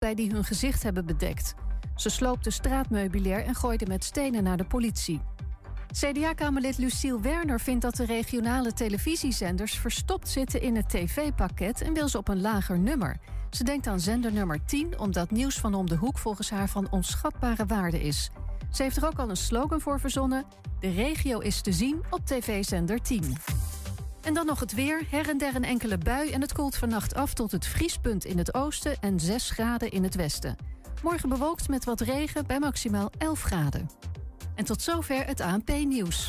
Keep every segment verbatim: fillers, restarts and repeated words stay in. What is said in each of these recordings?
bij die hun gezicht hebben bedekt. Ze sloopten straatmeubilair en gooiden met stenen naar de politie. C D A-kamerlid Luciel Werner vindt dat de regionale televisiezenders verstopt zitten in het tv-pakket en wil ze op een lager nummer. Ze denkt aan zender nummer tien, omdat nieuws van om de hoek volgens haar van onschatbare waarde is. Ze heeft er ook al een slogan voor verzonnen: de regio is te zien op tv-zender tien. En dan nog het weer, her en der een enkele bui en het koelt vannacht af tot het vriespunt in het oosten en zes graden in het westen. Morgen bewolkt met wat regen bij maximaal elf graden. En tot zover het A N P-nieuws.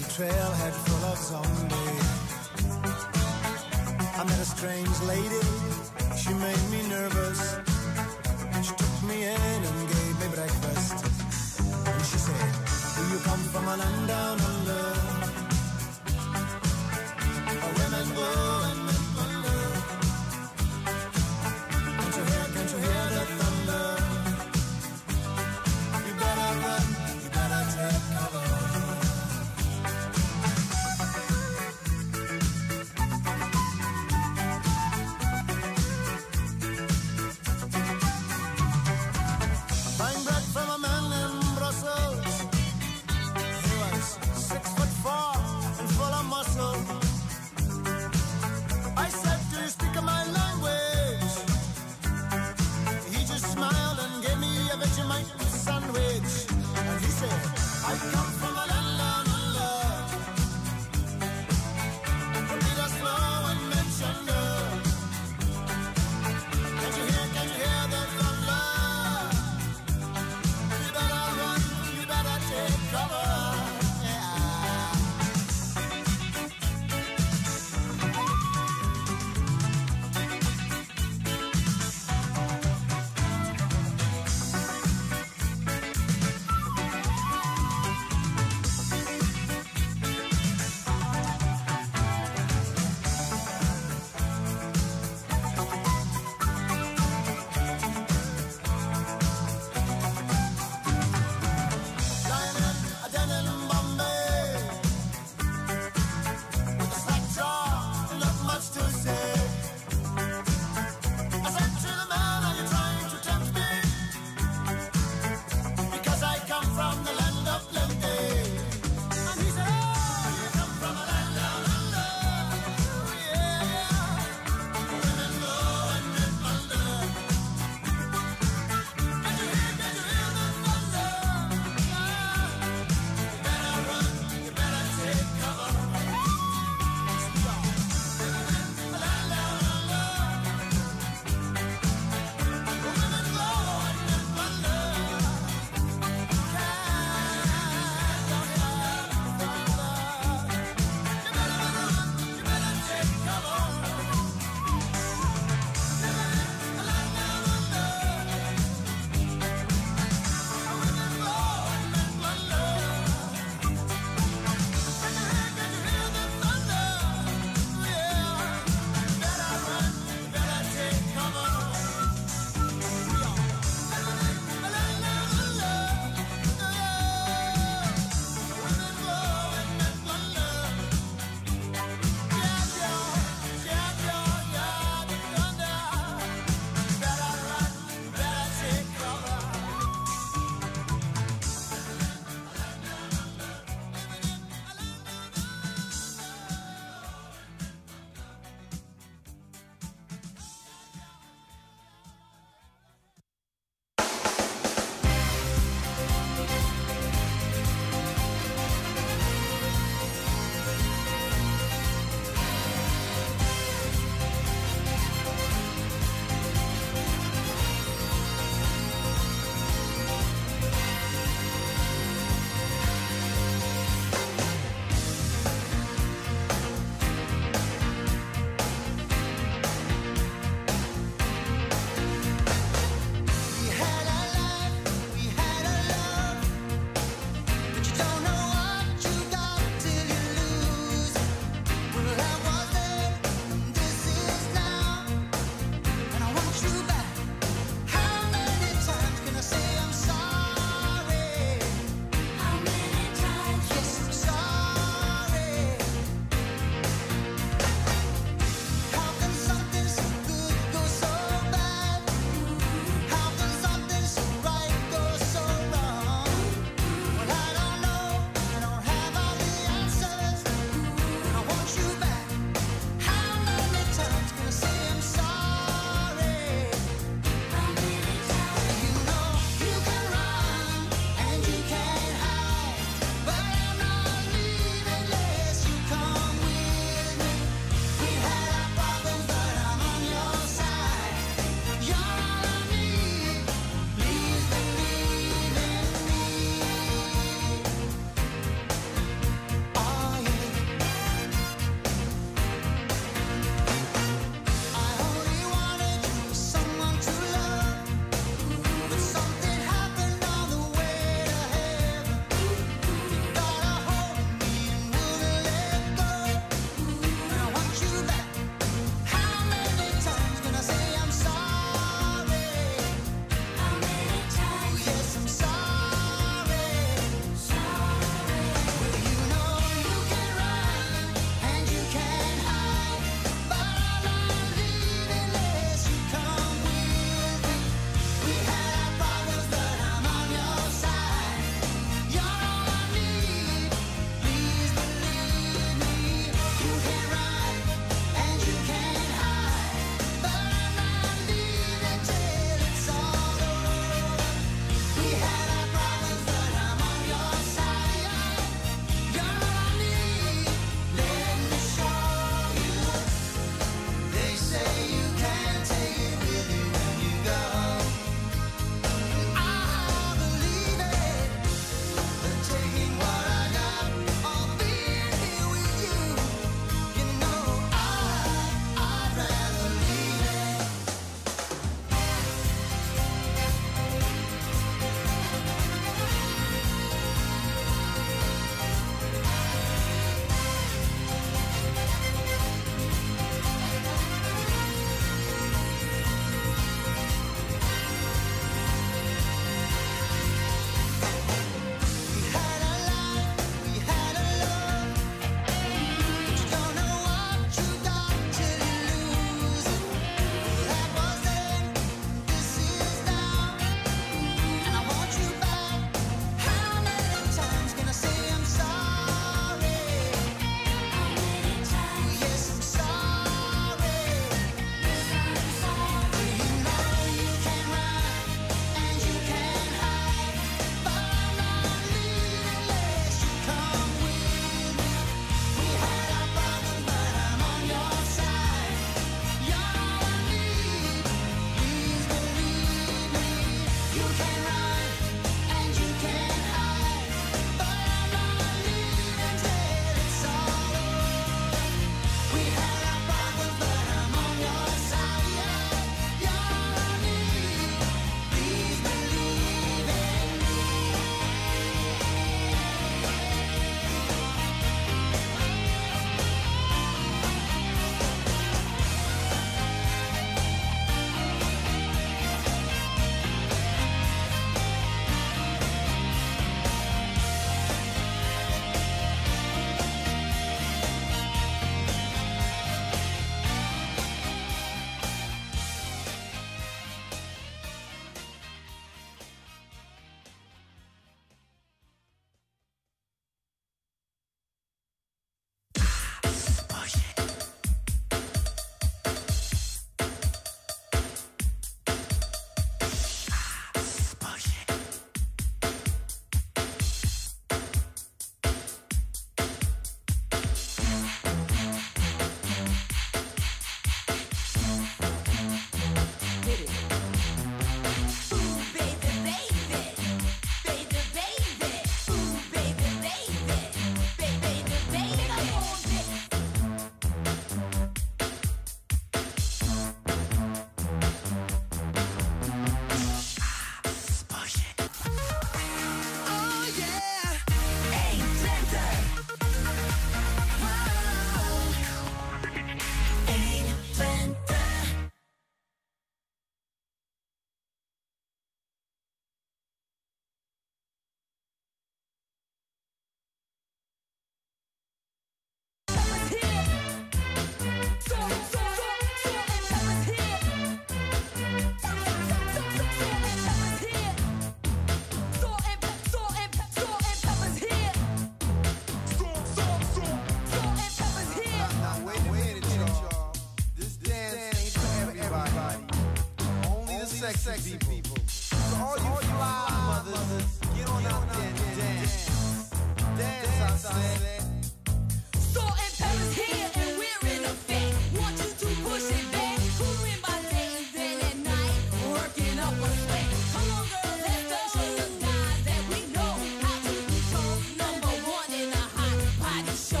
sexy people. So all you fly mothers, get on out there and dance. Dance, I say. Salt and pepper's here and we're in effect. Want you to push it back. Cooling my days day and night. Working up a sweat. Come on, girls, let's go. Show the guys that we know how to control. Number one in the hot party show.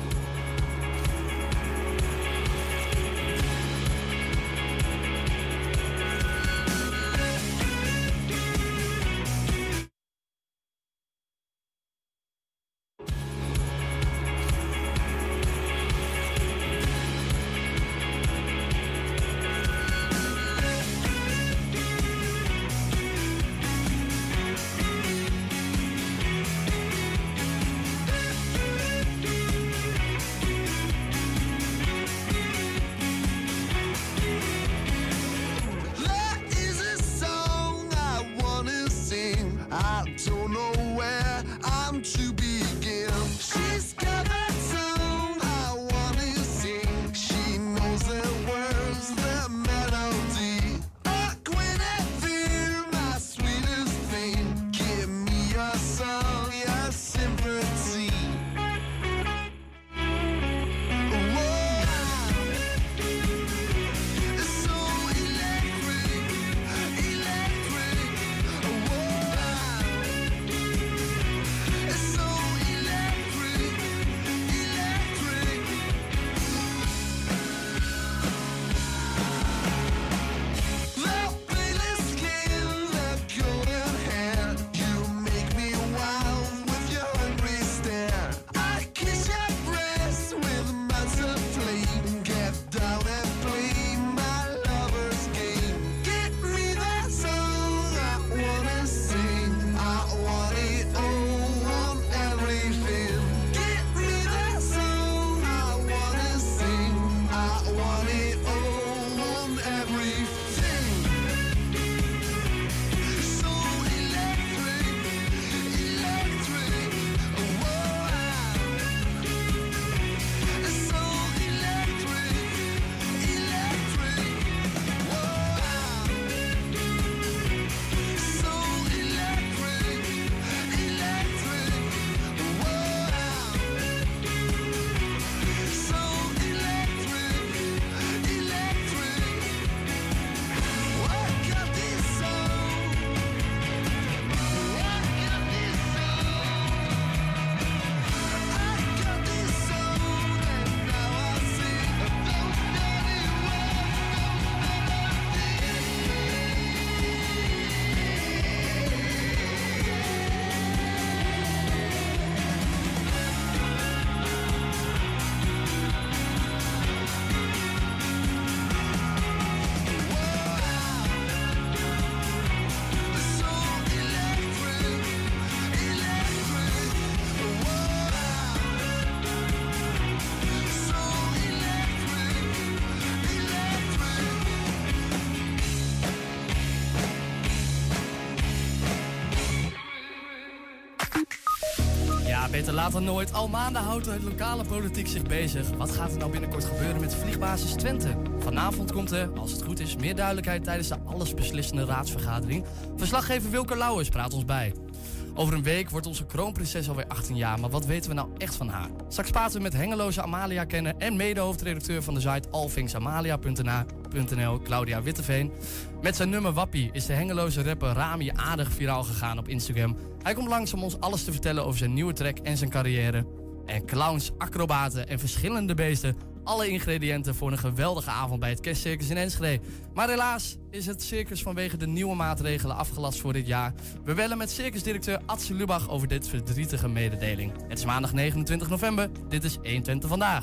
Beter laat dan nooit. Al maanden houdt de lokale politiek zich bezig. Wat gaat er nou binnenkort gebeuren met vliegbasis Twente? Vanavond komt er, als het goed is, meer duidelijkheid tijdens de allesbeslissende raadsvergadering. Verslaggever Wilco Lauwers praat ons bij. Over een week wordt onze kroonprinses alweer achttien jaar, maar wat weten we nou echt van haar? Straks praten we met Hengeloze Amalia-kenner en mede-hoofdredacteur van de site alvingsamalia punt n l, Claudia Witteveen. Met zijn nummer Wappie is de Hengeloze rapper Rami aardig viraal gegaan op Instagram. Hij komt langs om ons alles te vertellen over zijn nieuwe track en zijn carrière. En clowns, acrobaten en verschillende beesten. Alle ingrediënten voor een geweldige avond bij het Kerstcircus in Enschede. Maar helaas is het circus vanwege de nieuwe maatregelen afgelast voor dit jaar. We bellen met circusdirecteur Atse Lubach over dit verdrietige mededeling. Het is maandag negenentwintig november. Dit is honderdtwintig vandaag.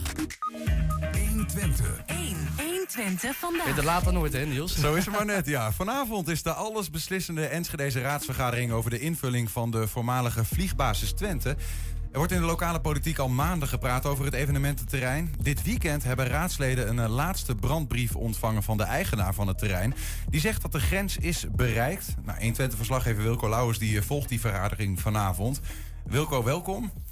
honderdtwintig. honderdtwintig vandaag. Beter laat dan nooit, hè Niels? Zo is het maar net, ja. Vanavond is de allesbeslissende Enschedese raadsvergadering over de invulling van de voormalige vliegbasis Twente. Er wordt in de lokale politiek al maanden gepraat over het evenemententerrein. Dit weekend hebben raadsleden een uh, laatste brandbrief ontvangen van de eigenaar van het terrein. Die zegt dat de grens is bereikt. Nou, honderdtwintig-verslaggever Wilco Lauwers die uh, volgt die vergadering vanavond. Wilco, welkom.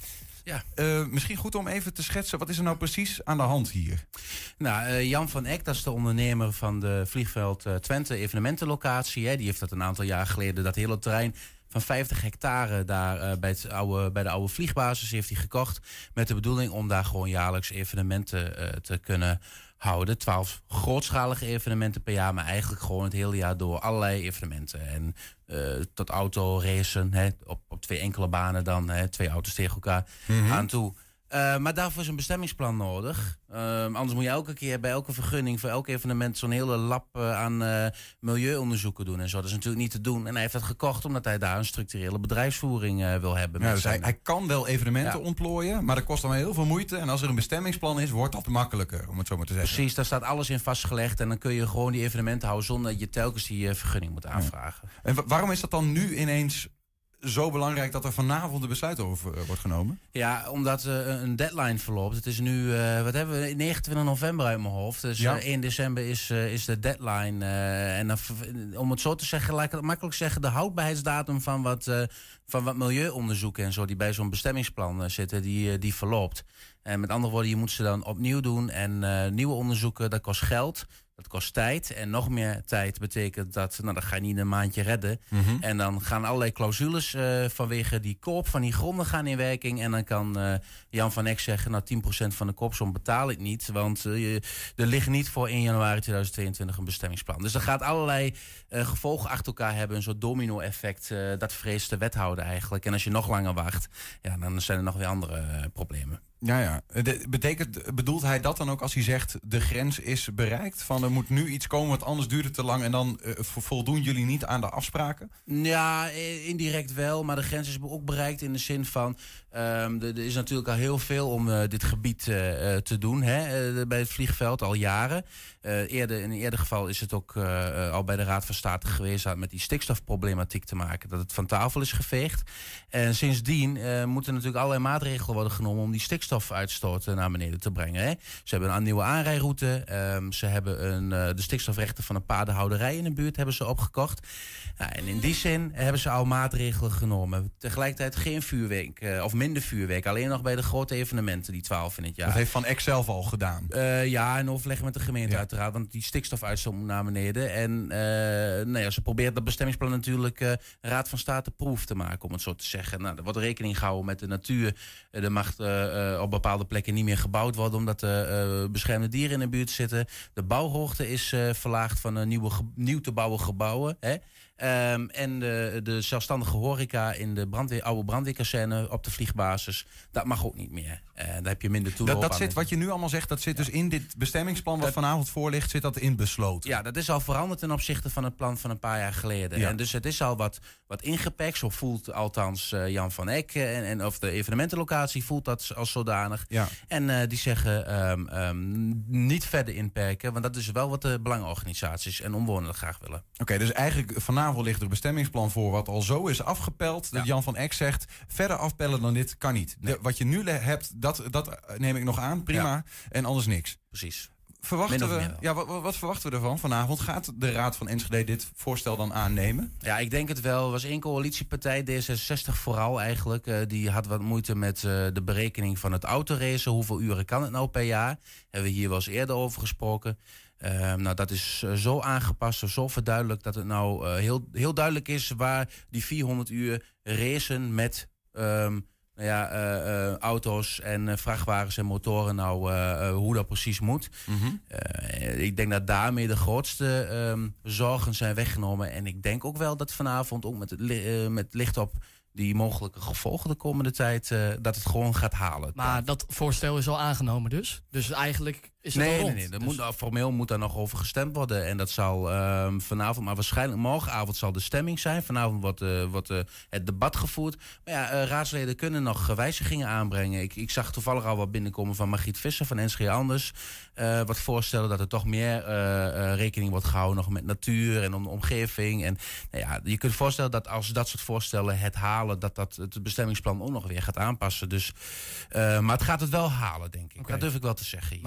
Ja. Uh, misschien goed om even te schetsen, wat is er nou precies aan de hand hier? Nou, uh, Jan van Eck, dat is de ondernemer van de Vliegveld uh, Twente evenementenlocatie. Hè. Die heeft dat een aantal jaar geleden, dat hele terrein van vijftig hectare daar uh, bij, het oude, bij de oude vliegbasis heeft hij gekocht. Met de bedoeling om daar gewoon jaarlijks evenementen uh, te kunnen houden. Twaalf grootschalige evenementen per jaar, maar eigenlijk gewoon het hele jaar door allerlei evenementen. En uh, tot autoracen, hè, op, op twee enkele banen dan, hè, twee auto's tegen elkaar mm-hmm. aan toe. Uh, maar daarvoor is een bestemmingsplan nodig. Uh, anders moet je elke keer bij elke vergunning voor elk evenement zo'n hele lab uh, aan uh, milieuonderzoeken doen en zo. Dat is natuurlijk niet te doen. En hij heeft dat gekocht omdat hij daar een structurele bedrijfsvoering uh, wil hebben. Ja, dus hij, hij kan wel evenementen ja. ontplooien, maar dat kost dan heel veel moeite. En als er een bestemmingsplan is, wordt dat makkelijker, om het zo maar te zeggen. Precies, daar staat alles in vastgelegd. En dan kun je gewoon die evenementen houden zonder dat je telkens die uh, vergunning moet aanvragen. Ja. En w- waarom is dat dan nu ineens zo belangrijk dat er vanavond een besluit over uh, wordt genomen? Ja, omdat uh, een deadline verloopt. Het is nu, uh, wat hebben we, negenentwintig november uit mijn hoofd. Dus ja. uh, één december is, uh, is de deadline. Uh, en dan, om het zo te zeggen, laat ik het makkelijk zeggen, de houdbaarheidsdatum van wat, uh, van wat milieuonderzoeken en zo die bij zo'n bestemmingsplan uh, zitten, die, uh, die verloopt. En met andere woorden, je moet ze dan opnieuw doen. En uh, nieuwe onderzoeken, dat kost geld. Dat kost tijd. En nog meer tijd betekent dat, nou, dat ga je niet in een maandje redden. Mm-hmm. En dan gaan allerlei clausules uh, vanwege die koop van die gronden gaan in werking. En dan kan uh, Jan van Eck zeggen, nou tien procent van de koopsom betaal ik niet. Want uh, er ligt niet voor één januari tweeduizend tweeëntwintig een bestemmingsplan. Dus dat gaat allerlei uh, gevolgen achter elkaar hebben. Een soort domino-effect. Uh, dat vreest de wethouder eigenlijk. En als je nog langer wacht, ja, dan zijn er nog weer andere uh, problemen. Ja, ja. De, betekent, bedoelt hij dat dan ook als hij zegt de grens is bereikt? Van er moet nu iets komen, want anders duurt het te lang en dan uh, voldoen jullie niet aan de afspraken? Ja, indirect wel, maar de grens is ook bereikt in de zin van Um, er is natuurlijk al heel veel om uh, dit gebied uh, te doen, hè, uh, bij het vliegveld, al jaren. Uh, eerder, in een eerder geval is het ook uh, uh, al bij de Raad van State geweest met die stikstofproblematiek te maken, dat het van tafel is geveegd. En sindsdien uh, moeten natuurlijk allerlei maatregelen worden genomen om die stikstofuitstoot uh, naar beneden te brengen. Hè. Ze hebben een nieuwe aanrijroute, um, ze hebben een, uh, de stikstofrechten van een paardenhouderij in de buurt hebben ze opgekocht. Ja, en in die zin hebben ze al maatregelen genomen. Tegelijkertijd geen vuurwerk, uh, of minder vuurwerk. Alleen nog bij de grote evenementen, die twaalf in het jaar. Dat heeft Van Eck zelf al gedaan. Uh, ja, en overleg met de gemeente ja. uiteraard. Want die stikstofuitstoot moet naar beneden. En uh, nou ja, ze probeert dat bestemmingsplan natuurlijk uh, Raad van State proef te maken, om het zo te zeggen. Nou, er wordt rekening gehouden met de natuur. Uh, er mag uh, uh, op bepaalde plekken niet meer gebouwd worden, omdat er uh, beschermde dieren in de buurt zitten. De bouwhoogte is uh, verlaagd van uh, nieuwe ge- nieuw te bouwen gebouwen. Hè? Um, en de, de zelfstandige horeca in de brandweer, oude brandweerkazerne op de vliegbasis, dat mag ook niet meer. Uh, daar heb je minder toeloop dat, dat aan. zit, wat je nu allemaal zegt, dat zit ja. dus in dit bestemmingsplan wat dat, vanavond voor ligt, zit dat in besloten? Ja, dat is al veranderd ten opzichte van het plan van een paar jaar geleden. Ja. En dus het is al wat, wat ingepakt, zo voelt althans uh, Jan van Eck en, en of de evenementenlocatie voelt dat als zodanig. Ja. En uh, die zeggen um, um, niet verder inperken, want dat is wel wat de belangenorganisaties en omwonenden graag willen. Oké, okay, dus eigenlijk vanavond ligt er een bestemmingsplan voor wat al zo is afgepeld. Dat ja. Jan van Eck zegt, verder afpellen dan dit kan niet. Nee. De, wat je nu le- hebt, dat, dat neem ik nog aan, prima. Ja. En anders niks. Precies. Verwachten we, ja, wat, wat verwachten we ervan vanavond? Gaat de Raad van Enschede dit voorstel dan aannemen? Ja, ik denk het wel. Er was één coalitiepartij, D zesenzestig vooral eigenlijk. Uh, die had wat moeite met uh, de berekening van het autoracen. Hoeveel uren kan het nou per jaar? Hebben we hier wel eens eerder over gesproken. Uh, nou, dat is uh, zo aangepast, zo verduidelijkt dat het nou uh, heel, heel duidelijk is waar die vierhonderd uur racen met Um, Nou ja, uh, uh, auto's en uh, vrachtwagens en motoren, nou, uh, uh, hoe dat precies moet. Mm-hmm. Uh, ik denk dat daarmee de grootste um, zorgen zijn weggenomen. En ik denk ook wel dat vanavond, ook met, het li- uh, met licht op die mogelijke gevolgen de komende tijd, uh, dat het gewoon gaat halen. Maar dat voorstel is al aangenomen dus? Dus eigenlijk is het nee, al rond? Nee, nee, nee. Dus... Moet, formeel moet daar nog over gestemd worden. En dat zal um, vanavond, maar waarschijnlijk morgenavond zal de stemming zijn. Vanavond wordt, uh, wordt uh, het debat gevoerd. Maar ja, uh, raadsleden kunnen nog wijzigingen aanbrengen. Ik, ik zag toevallig al wat binnenkomen van Margriet Visser van Enschede Anders. Uh, wat voorstellen dat er toch meer uh, uh, rekening wordt gehouden nog met natuur en om de omgeving. En nou ja, je kunt voorstellen dat als dat soort voorstellen het halen, dat dat het bestemmingsplan ook nog weer gaat aanpassen. Dus, uh, maar het gaat het wel halen, denk ik. Okay. Dat durf ik wel te zeggen hier. Maar is het dan ook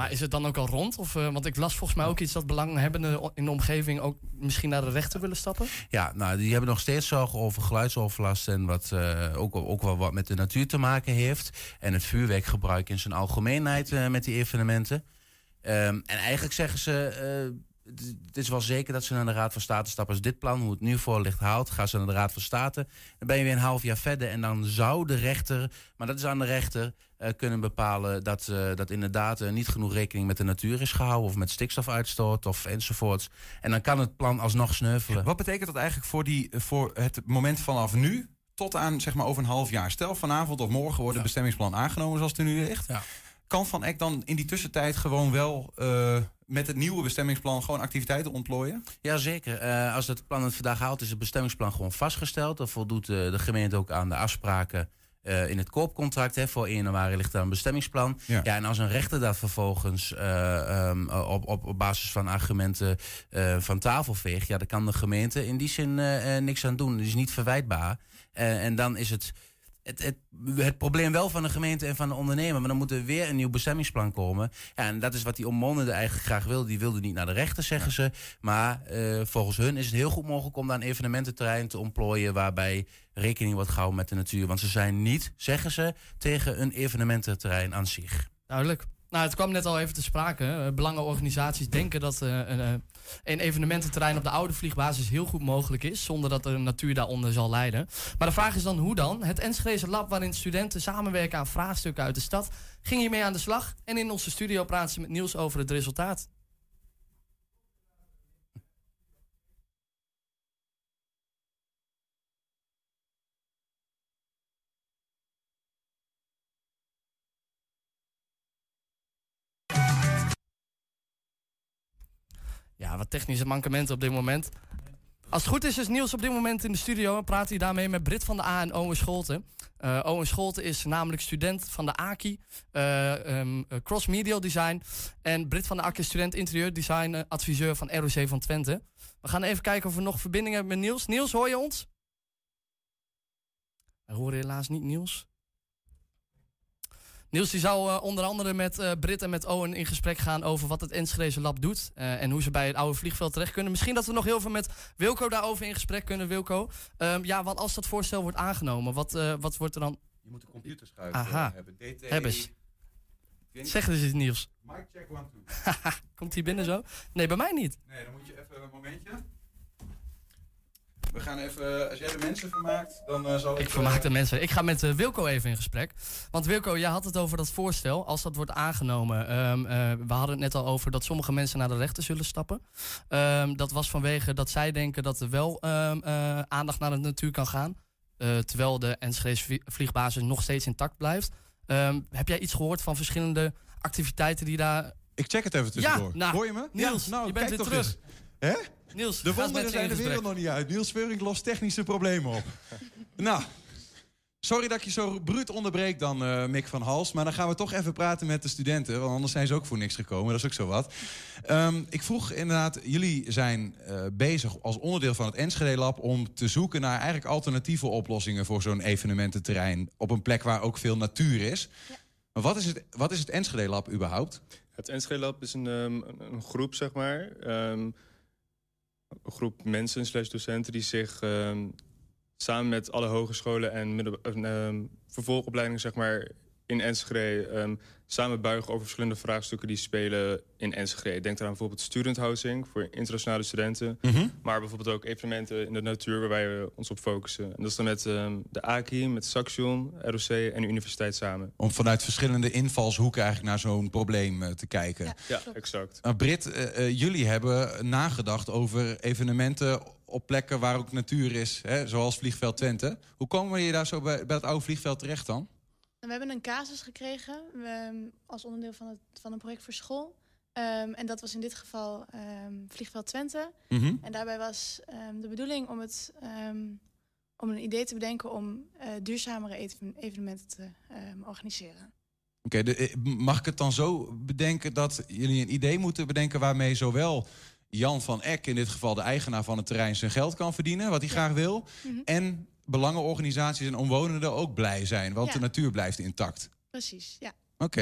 ook al rond? Of, uh, want ik las volgens mij ook iets dat belanghebbenden in de omgeving ook misschien naar de rechter willen stappen. Ja, nou, die hebben nog steeds zorgen over geluidsoverlast en wat uh, ook, ook wel wat met de natuur te maken heeft. En het vuurwerkgebruik in zijn algemeenheid uh, met die evenementen. Um, en eigenlijk zeggen ze, uh, het is wel zeker dat ze naar de Raad van State stappen. Als dit plan, hoe het nu voor ligt, haalt, gaan ze naar de Raad van State. Dan ben je weer een half jaar verder en dan zou de rechter, maar dat is aan de rechter, uh, kunnen bepalen dat, uh, dat inderdaad uh, niet genoeg rekening met de natuur is gehouden of met stikstofuitstoot of enzovoorts. En dan kan het plan alsnog sneuvelen. Wat betekent dat eigenlijk voor, die, voor het moment vanaf nu tot aan zeg maar over een half jaar? Stel vanavond of morgen wordt het ja. bestemmingsplan aangenomen zoals het er nu ligt. Ja. Kan Van Eck dan in die tussentijd gewoon wel uh, met het nieuwe bestemmingsplan gewoon activiteiten ontplooien? Jazeker. Uh, als het plan het vandaag haalt, is het bestemmingsplan gewoon vastgesteld. Dan voldoet uh, de gemeente ook aan de afspraken uh, in het koopcontract. Hè. Voor één januari ligt er een bestemmingsplan. Ja. Ja, en als een rechter dat vervolgens uh, um, op, op, op basis van argumenten uh, van tafel veegt, ja, dan kan de gemeente in die zin uh, uh, niks aan doen. Het is niet verwijtbaar. Uh, en dan is het... Het, het, het probleem wel van de gemeente en van de ondernemer. Maar dan moet er weer een nieuw bestemmingsplan komen. Ja, en dat is wat die omwonenden eigenlijk graag wilden. Die wilden niet naar de rechter, zeggen ze. Maar uh, volgens hun is het heel goed mogelijk om daar een evenemententerrein te ontplooien waarbij rekening wordt gehouden met de natuur. Want ze zijn niet, zeggen ze, tegen een evenemententerrein aan zich. Duidelijk. Nou, het kwam net al even te sprake. Uh, belangenorganisaties denken dat uh, een, uh, een evenemententerrein op de oude vliegbasis heel goed mogelijk is, zonder dat de natuur daaronder zal lijden. Maar de vraag is dan hoe dan? Het Enschedese lab waarin studenten samenwerken aan vraagstukken uit de stad ging hiermee aan de slag. En in onze studio praten ze met Niels over het resultaat. Ja, wat technische mankementen op dit moment. Als het goed is, is Niels op dit moment in de studio en praat hij daarmee met Brit van de A en Owen Scholten. Uh, Owen Scholten is namelijk student van de A K I, uh, um, Cross Media Design. En Brit van de A K I is student interieurdesign, uh, adviseur van R O C van Twente. We gaan even kijken of we nog verbindingen hebben met Niels. Niels, hoor je ons? We horen helaas niet Niels. Niels die zou uh, onder andere met uh, Brit en met Owen in gesprek gaan over wat het Enschedese lab doet. Uh, en hoe ze bij het oude vliegveld terecht kunnen. Misschien dat we nog heel veel met Wilco daarover in gesprek kunnen, Wilco. Um, ja, want als dat voorstel wordt aangenomen, wat, uh, wat wordt er dan... Je moet een computerschuif uh, hebben. D T... Hebben ze. Zeg dus iets, Niels. Mic check one, two. Komt hij binnen zo? Nee, bij mij niet. Nee, dan moet je even een momentje. We gaan even, als jij de mensen vermaakt, dan uh, zal ik... Ik vermaak de mensen. Ik ga met uh, Wilco even in gesprek. Want Wilco, jij had het over dat voorstel, als dat wordt aangenomen. Um, uh, we hadden het net al over dat sommige mensen naar de rechter zullen stappen. Um, dat was vanwege dat zij denken dat er wel um, uh, aandacht naar de natuur kan gaan. Uh, terwijl de Enschedese vliegbasis nog steeds intact blijft. Um, heb jij iets gehoord van verschillende activiteiten die daar... Ik check het even tussendoor. Ja, nou, hoor je me? Niels, ja, nou, je bent weer terug. Hè? Niels, de wonderen zijn de wereld nog niet uit. Niels Veuring lost technische problemen op. Nou, sorry dat ik je zo bruut onderbreek dan, uh, Mick van Hals. Maar dan gaan we toch even praten met de studenten. Want anders zijn ze ook voor niks gekomen. Dat is ook zo wat. Um, ik vroeg inderdaad, jullie zijn uh, bezig als onderdeel van het Enschede Lab om te zoeken naar eigenlijk alternatieve oplossingen voor zo'n evenemententerrein. Op een plek waar ook veel natuur is. Ja. Maar wat is het, wat is het Enschede Lab überhaupt? Het Enschede Lab is een, um, een groep, zeg maar. Um, een groep mensen slash docenten die zich um, samen met alle hogescholen en midden, um, vervolgopleidingen, zeg maar, in Enschede um, samen buigen over verschillende vraagstukken die spelen in Enschede. Denk eraan bijvoorbeeld student housing voor internationale studenten. Mm-hmm. Maar bijvoorbeeld ook evenementen in de natuur waar wij ons op focussen. En dat is dan met um, de A K I, met Saxion, R O C en de universiteit samen. Om vanuit verschillende invalshoeken eigenlijk naar zo'n probleem uh, te kijken. Ja, ja exact. Nou, Brit, uh, uh, jullie hebben nagedacht over evenementen op plekken waar ook natuur is, hè, zoals Vliegveld Twente. Hoe komen je daar zo bij, bij het oude vliegveld terecht dan? We hebben een casus gekregen um, als onderdeel van, het, van een project voor school. Um, en dat was in dit geval um, Vliegveld Twente. Mm-hmm. En daarbij was um, de bedoeling om, het, um, om een idee te bedenken om uh, duurzamere even- evenementen te um, organiseren. Oké, okay, mag ik het dan zo bedenken dat jullie een idee moeten bedenken waarmee zowel Jan van Eck, in dit geval de eigenaar van het terrein, zijn geld kan verdienen, wat hij ja. graag wil, mm-hmm. en belangenorganisaties en omwonenden ook blij zijn, want ja. de natuur blijft intact. Precies, ja. Oké. Okay.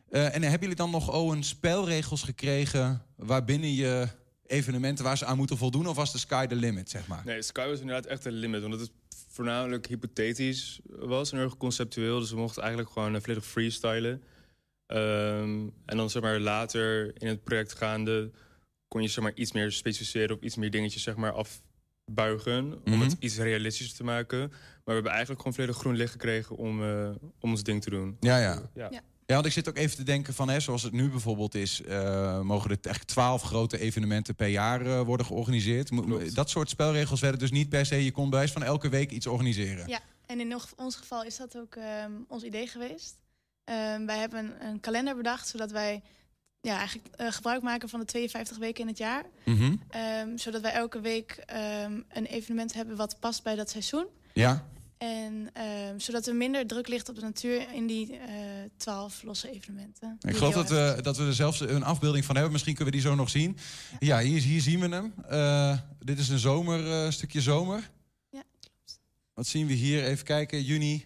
Uh, en hebben jullie dan nog Owen spelregels gekregen waarbinnen je evenementen waar ze aan moeten voldoen, of was de sky the limit, zeg maar? Nee, sky was inderdaad echt de limit, want het voornamelijk hypothetisch was en erg conceptueel, dus we mochten eigenlijk gewoon uh, volledig freestylen. Um, en dan zeg maar later in het project gaande kon je zeg maar iets meer specificeren of iets meer dingetjes zeg maar afbuigen om Mm-hmm. het iets realistischer te maken. Maar we hebben eigenlijk gewoon volledig groen licht gekregen om, uh, om ons ding te doen. Ja, ja. Ja. Ja. Ja, want ik zit ook even te denken van, hè, zoals het nu bijvoorbeeld is, uh, mogen er echt twaalf grote evenementen per jaar uh, worden georganiseerd. Mo- Klopt. Dat soort spelregels werden dus niet per se, je kon bij wijze van elke week iets organiseren. Ja, en in nog- ons geval is dat ook um, ons idee geweest. Um, wij hebben een, een kalender bedacht, zodat wij ja, eigenlijk uh, gebruik maken van de tweeënvijftig weken in het jaar. Mm-hmm. Um, zodat wij elke week um, een evenement hebben wat past bij dat seizoen. Ja. En um, zodat er minder druk ligt op de natuur in die twaalf losse evenementen. Ik Die geloof heel dat we, heftig dat we er zelfs een afbeelding van hebben. Misschien kunnen we die zo nog zien. Ja, hier, hier zien we hem. Uh, dit is een zomer, uh, stukje zomer. Ja, klopt. Wat zien we hier? Even kijken, juni.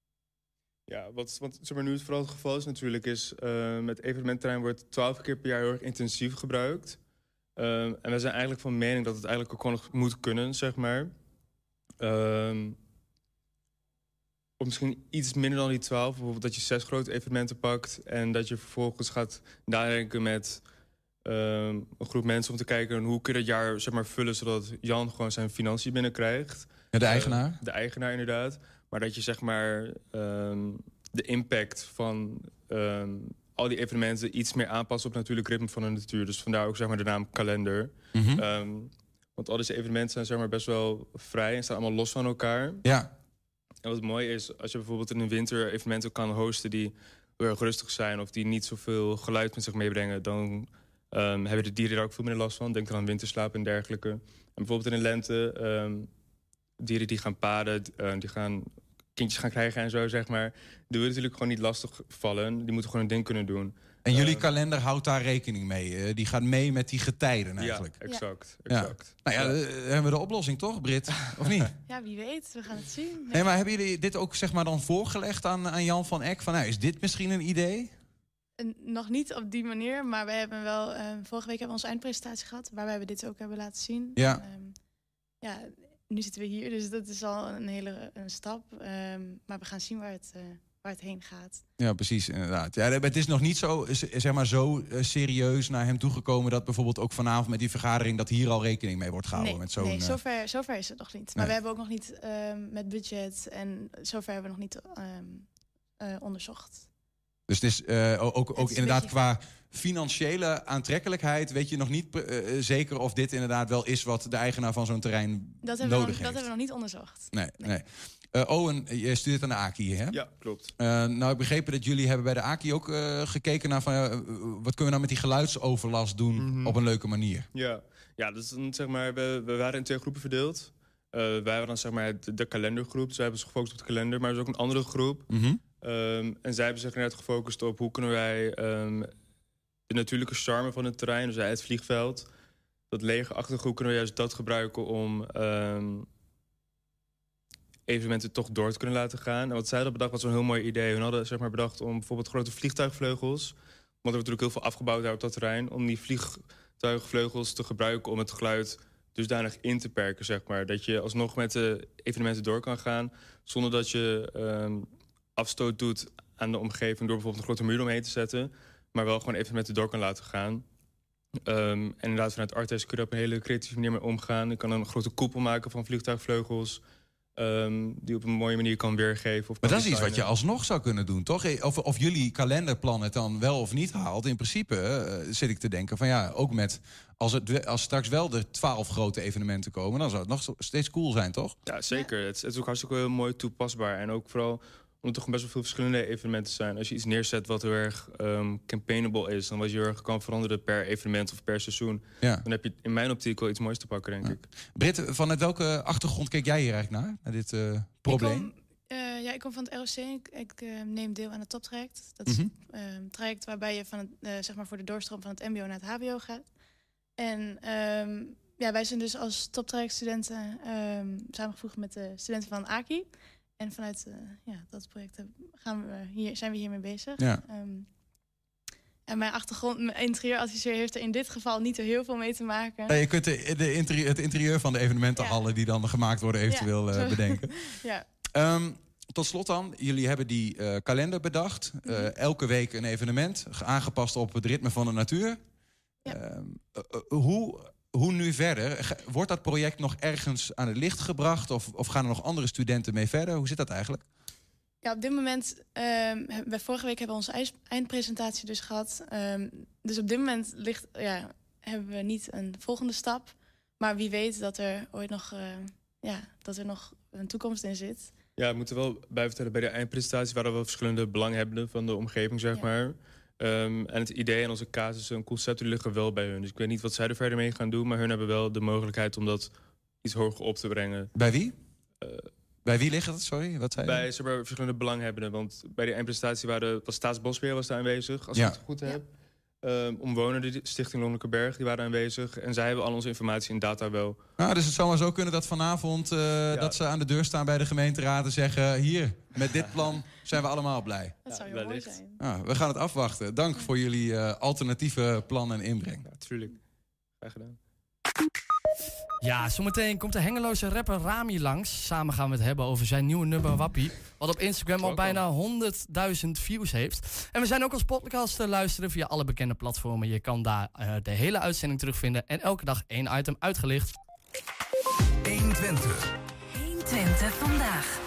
Ja, wat, wat zeg maar, nu het vooral het geval is natuurlijk, is uh, met evenementterrein wordt twaalf keer per jaar heel erg intensief gebruikt. Um, en wij zijn eigenlijk van mening dat het eigenlijk ook gewoon nog moet kunnen, zeg maar. Um, of misschien iets minder dan die twaalf. Bijvoorbeeld dat je zes grote evenementen pakt en dat je vervolgens gaat nadenken met um, een groep mensen om te kijken hoe kun je dat jaar zeg maar, vullen zodat Jan gewoon zijn financiën binnenkrijgt. Ja, de eigenaar. Uh, de eigenaar inderdaad. Maar dat je zeg maar um, de impact van um, al die evenementen iets meer aanpast op het natuurlijk ritme van de natuur. Dus vandaar ook zeg maar de naam kalender. Mm-hmm. Um, want al deze evenementen zijn zeg maar best wel vrij en staan allemaal los van elkaar. Ja. En wat mooi is, als je bijvoorbeeld in de winter evenementen kan hosten die heel erg rustig zijn of die niet zoveel geluid met zich meebrengen, dan um, hebben de dieren daar ook veel minder last van. Denk dan aan winterslaap en dergelijke. En bijvoorbeeld in de lente, um, dieren die gaan paden, uh, die gaan kindjes gaan krijgen en zo, zeg maar, die willen natuurlijk gewoon niet lastig vallen. Die moeten gewoon hun ding kunnen doen. En jullie Uh, kalender houdt daar rekening mee. Uh, die gaat mee met die getijden eigenlijk. Ja, exact. Ja. exact. Nou ja, uh, hebben we de oplossing toch, Brit? Of niet? Ja, wie weet. We gaan het zien. Nee. Nee, maar hebben jullie dit ook zeg maar dan voorgelegd aan, aan Jan van Eck? Van, nou, is dit misschien een idee? En nog niet op die manier, maar we hebben wel... Uh, vorige week hebben we onze eindpresentatie gehad, waarbij we dit ook hebben laten zien. Ja. En, um, ja, nu zitten we hier, dus dat is al een hele een stap. Um, maar we gaan zien waar het, uh, waar het heen gaat. Ja, precies, inderdaad. Ja, het is nog niet zo, zeg maar, zo serieus naar hem toegekomen dat bijvoorbeeld ook vanavond met die vergadering dat hier al rekening mee wordt gehouden. Nee, met zo'n, nee uh, zover, zover is het nog niet. Maar Nee. we hebben ook nog niet um, met budget en zover hebben we nog niet um, uh, onderzocht. Dus het is uh, ook, ook Het is een inderdaad beetje- qua financiële aantrekkelijkheid weet je nog niet uh, zeker of dit inderdaad wel is wat de eigenaar van zo'n terrein Dat hebben, we nodig nog, dat heeft. hebben we nog niet onderzocht. Nee, nee. Nee. Uh, Owen, je studeert aan de A K I, hè? Ja, klopt. Uh, nou, ik begrepen dat jullie hebben bij de A K I ook uh, gekeken naar van, uh, wat kunnen we nou met die geluidsoverlast doen Mhm. op een leuke manier. Ja, ja dus dan, zeg maar, we, we waren in twee groepen verdeeld. Uh, wij waren dan zeg maar de, de kalendergroep. Zij hebben zich gefocust op de kalender, maar er is ook een andere groep. Mm-hmm. Um, en zij hebben zich inderdaad gefocust op hoe kunnen wij um, de natuurlijke charme van het terrein, dus het vliegveld, dat legerachtige, hoe kunnen we juist dat gebruiken om um, evenementen toch door te kunnen laten gaan. En wat zij hadden bedacht was een heel mooi idee. Hun hadden zeg maar, bedacht om bijvoorbeeld grote vliegtuigvleugels, want er wordt natuurlijk heel veel afgebouwd daar op dat terrein, om die vliegtuigvleugels te gebruiken om het geluid dusdanig in te perken, zeg maar. Dat je alsnog met de evenementen door kan gaan zonder dat je um, afstoot doet aan de omgeving door bijvoorbeeld een grote muur omheen te zetten, maar wel gewoon evenementen door kan laten gaan. Um, en inderdaad, vanuit Artes kun je er op een hele creatieve manier mee omgaan. Je kan een grote koepel maken van vliegtuigvleugels, um, die op een mooie manier kan weergeven. Of Maar kan dat is iets wat je designen. alsnog zou kunnen doen, toch? Of, of jullie kalenderplan het dan wel of niet haalt. In principe uh, zit ik te denken van ja, ook met als, het, als straks wel de twaalf grote evenementen komen, dan zou het nog zo- steeds cool zijn, toch? Ja, zeker. Het, is- het is ook hartstikke heel mooi toepasbaar. En ook vooral omdat er toch best wel veel verschillende evenementen zijn. Als je iets neerzet wat heel erg um, campaignable is, dan wat je heel erg kan veranderen per evenement of per seizoen, Ja. dan heb je in mijn optiek wel iets moois te pakken, denk Ja. ik. Britt, vanuit welke achtergrond keek jij hier eigenlijk naar? Naar dit uh, probleem? Ik kom, uh, ja, ik kom van het R O C. Ik, ik uh, neem deel aan het toptraject. Dat is Mhm. een um, traject waarbij je van het, uh, zeg maar voor de doorstroom van het M B O naar het H B O gaat. En um, ja, wij zijn dus als toptrajectstudenten um, samengevoegd met de studenten van A K I. En vanuit uh, ja, dat project gaan we hier, zijn we hiermee bezig. Ja. Um, En mijn achtergrond, mijn interieuradviseur heeft er in dit geval niet zo heel veel mee te maken. Uh, je kunt de, de interieur, het interieur van de evenementenhallen... Ja. die dan gemaakt worden eventueel ja, uh, bedenken. ja. Um, tot slot dan, jullie hebben die uh, kalender bedacht. Uh, mm-hmm. Elke week een evenement, aangepast op het ritme van de natuur. Ja. Uh, uh, uh, hoe, hoe nu verder? Wordt dat project nog ergens aan het licht gebracht? Of, of gaan er nog andere studenten mee verder? Hoe zit dat eigenlijk? Ja, op dit moment, um, bij vorige week hebben we onze eindpresentatie dus gehad. Um, dus op dit moment ligt, ja, hebben we niet een volgende stap. Maar wie weet dat er ooit nog, uh, ja, dat er nog een toekomst in zit. Ja, we moeten wel bij vertellen, bij de eindpresentatie waren we verschillende belanghebbenden van de omgeving, zeg ja. maar. Um, en het idee en onze casus en concepten liggen wel bij hun. Dus ik weet niet wat zij er verder mee gaan doen, maar hun hebben wel de mogelijkheid om dat iets hoger op te brengen. Bij wie? Uh, Bij wie ligt het? Sorry, wat zei je? Bij zeg maar, verschillende belanghebbenden. Want bij die eindpresentatie waren, was Staatsbosbeheer was daar aanwezig, als ja. ik het goed heb. Ja. Um, omwonenden, de Stichting Lonelijke Berg, die waren aanwezig. En zij hebben al onze informatie en data wel. Nou, dus het zou maar zo kunnen dat vanavond uh, ja. dat ze aan de deur staan bij de gemeenteraad en zeggen... hier, met dit plan zijn we allemaal blij. Dat zou heel ja, mooi zijn. Nou, we gaan het afwachten. Dank ja. voor jullie uh, alternatieve plan en inbreng. Ja, tuurlijk. Graag gedaan. Ja, zometeen komt de Hengeloze rapper Rami langs. Samen gaan we het hebben over zijn nieuwe nummer Wappie. Wat op Instagram al bijna honderdduizend views heeft. En we zijn ook als podcast te luisteren via alle bekende platformen. Je kan daar uh, de hele uitzending terugvinden. En elke dag één item uitgelicht. honderdtwintig. honderdtwintig vandaag.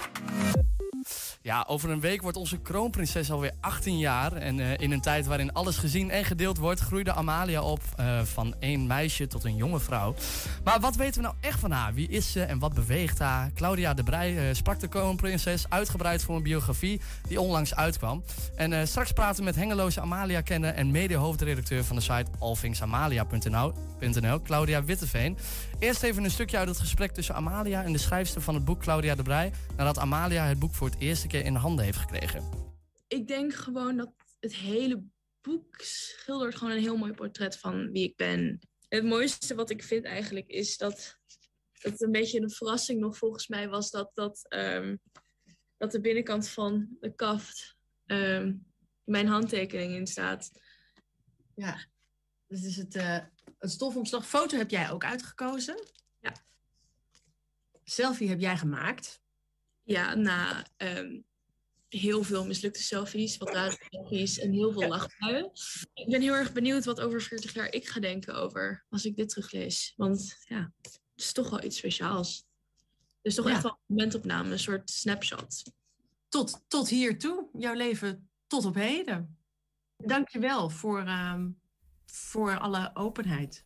Ja, over een week wordt onze kroonprinses alweer achttien jaar. En uh, in een tijd waarin alles gezien en gedeeld wordt... groeide Amalia op uh, van één meisje tot een jonge vrouw. Maar wat weten we nou echt van haar? Wie is ze en wat beweegt haar? Claudia de Breij uh, sprak de kroonprinses uitgebreid voor een biografie... die onlangs uitkwam. En uh, straks praten we met Hengeloze Amalia-kenner... en mede-hoofdredacteur van de site all things amalia punt n l, Claudia Witteveen. Eerst even een stukje uit het gesprek tussen Amalia... en de schrijfster van het boek Claudia de Breij... nadat Amalia het boek voor het eerste keer in handen heeft gekregen. Ik denk gewoon dat het hele boek schildert gewoon een heel mooi portret van wie ik ben. Het mooiste wat ik vind eigenlijk is dat het een beetje een verrassing nog volgens mij was dat, dat, um, dat de binnenkant van de kaft um, mijn handtekening in staat. Ja, dus is het, uh, het stofomslag foto heb jij ook uitgekozen? Ja. Selfie heb jij gemaakt? Ja, na um, heel veel mislukte selfies, wat rare selfies en heel veel lachbuien. Ik ben heel erg benieuwd wat over veertig jaar ik ga denken over als ik dit teruglees. Want ja, het is toch wel iets speciaals. Dus toch ja. echt wel een momentopname, een soort snapshot. Tot, tot hiertoe, jouw leven tot op heden. Dank je wel voor, uh, voor alle openheid.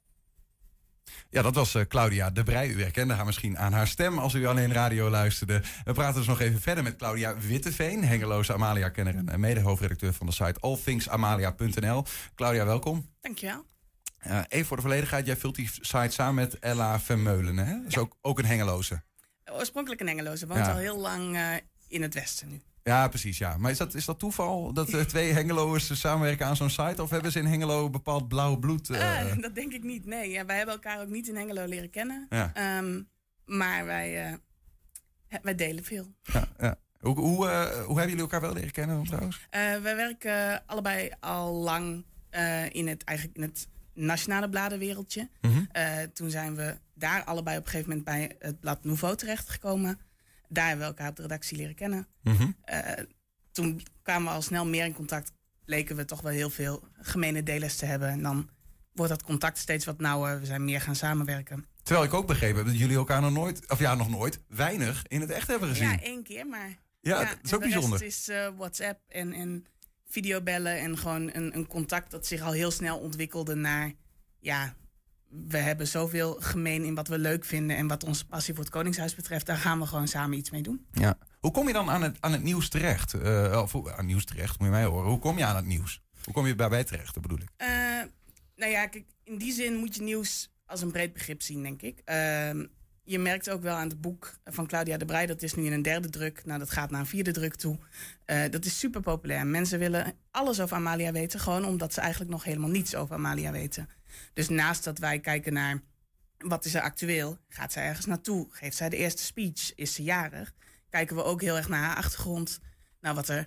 Ja, dat was uh, Claudia de Breij. U herkende haar misschien aan haar stem als u alleen radio luisterde. We praten dus nog even verder met Claudia Witteveen, Hengeloze Amalia-kenner en mede-hoofdredacteur van de site all things amalia punt n l. Claudia, welkom. Dankjewel. Uh, even voor de volledigheid, jij vult die site samen met Ella Vermeulen, hè? Dat is ja. ook, ook een Hengeloze. Oorspronkelijk een Hengeloze, woont ja. al heel lang uh, in het westen nu. Ja, precies, ja. Maar is dat, is dat toeval dat uh, twee Hengeloers samenwerken aan zo'n site? Of hebben ze in Hengelo bepaald blauw bloed? Uh... Uh, dat denk ik niet, nee. Ja, wij hebben elkaar ook niet in Hengelo leren kennen. Ja. Um, maar wij, uh, wij delen veel. Ja, ja. Hoe, hoe, uh, hoe hebben jullie elkaar wel leren kennen dan trouwens? Uh, wij werken allebei al lang uh, in, het, eigenlijk in het nationale bladenwereldje. Mm-hmm. Uh, toen zijn we daar allebei op een gegeven moment bij het blad Nouveau terechtgekomen. Daar hebben we elkaar op de redactie leren kennen. Mm-hmm. Uh, toen kwamen we al snel meer in contact. Bleken we toch wel heel veel gemene delers te hebben. En dan wordt dat contact steeds wat nauwer. We zijn meer gaan samenwerken. Terwijl ik ook begrepen heb dat jullie elkaar nog nooit, of ja, nog nooit, weinig in het echt hebben gezien. Ja, één keer, maar... Ja, ja dat is ook de bijzonder. Het is uh, WhatsApp en, en videobellen en gewoon een, een contact dat zich al heel snel ontwikkelde naar... Ja, we hebben zoveel gemeen in wat we leuk vinden en wat onze passie voor het Koningshuis betreft. Daar gaan we gewoon samen iets mee doen. Ja. Hoe kom je dan aan het, aan het nieuws terecht? Uh, of aan nieuws terecht, moet je mij horen. Hoe kom je aan het nieuws? Hoe kom je daarbij terecht, dat bedoel ik? Uh, nou ja, kijk, in die zin moet je nieuws als een breed begrip zien, denk ik. Uh, je merkt ook wel aan het boek van Claudia de Breij, dat is nu in een derde druk. Nou, dat gaat naar een vierde druk toe. Uh, dat is super populair. Mensen willen alles over Amalia weten, gewoon omdat ze eigenlijk nog helemaal niets over Amalia weten. Dus naast dat wij kijken naar wat is er actueel, gaat zij ergens naartoe, geeft zij de eerste speech, is ze jarig, kijken we ook heel erg naar haar achtergrond, naar wat er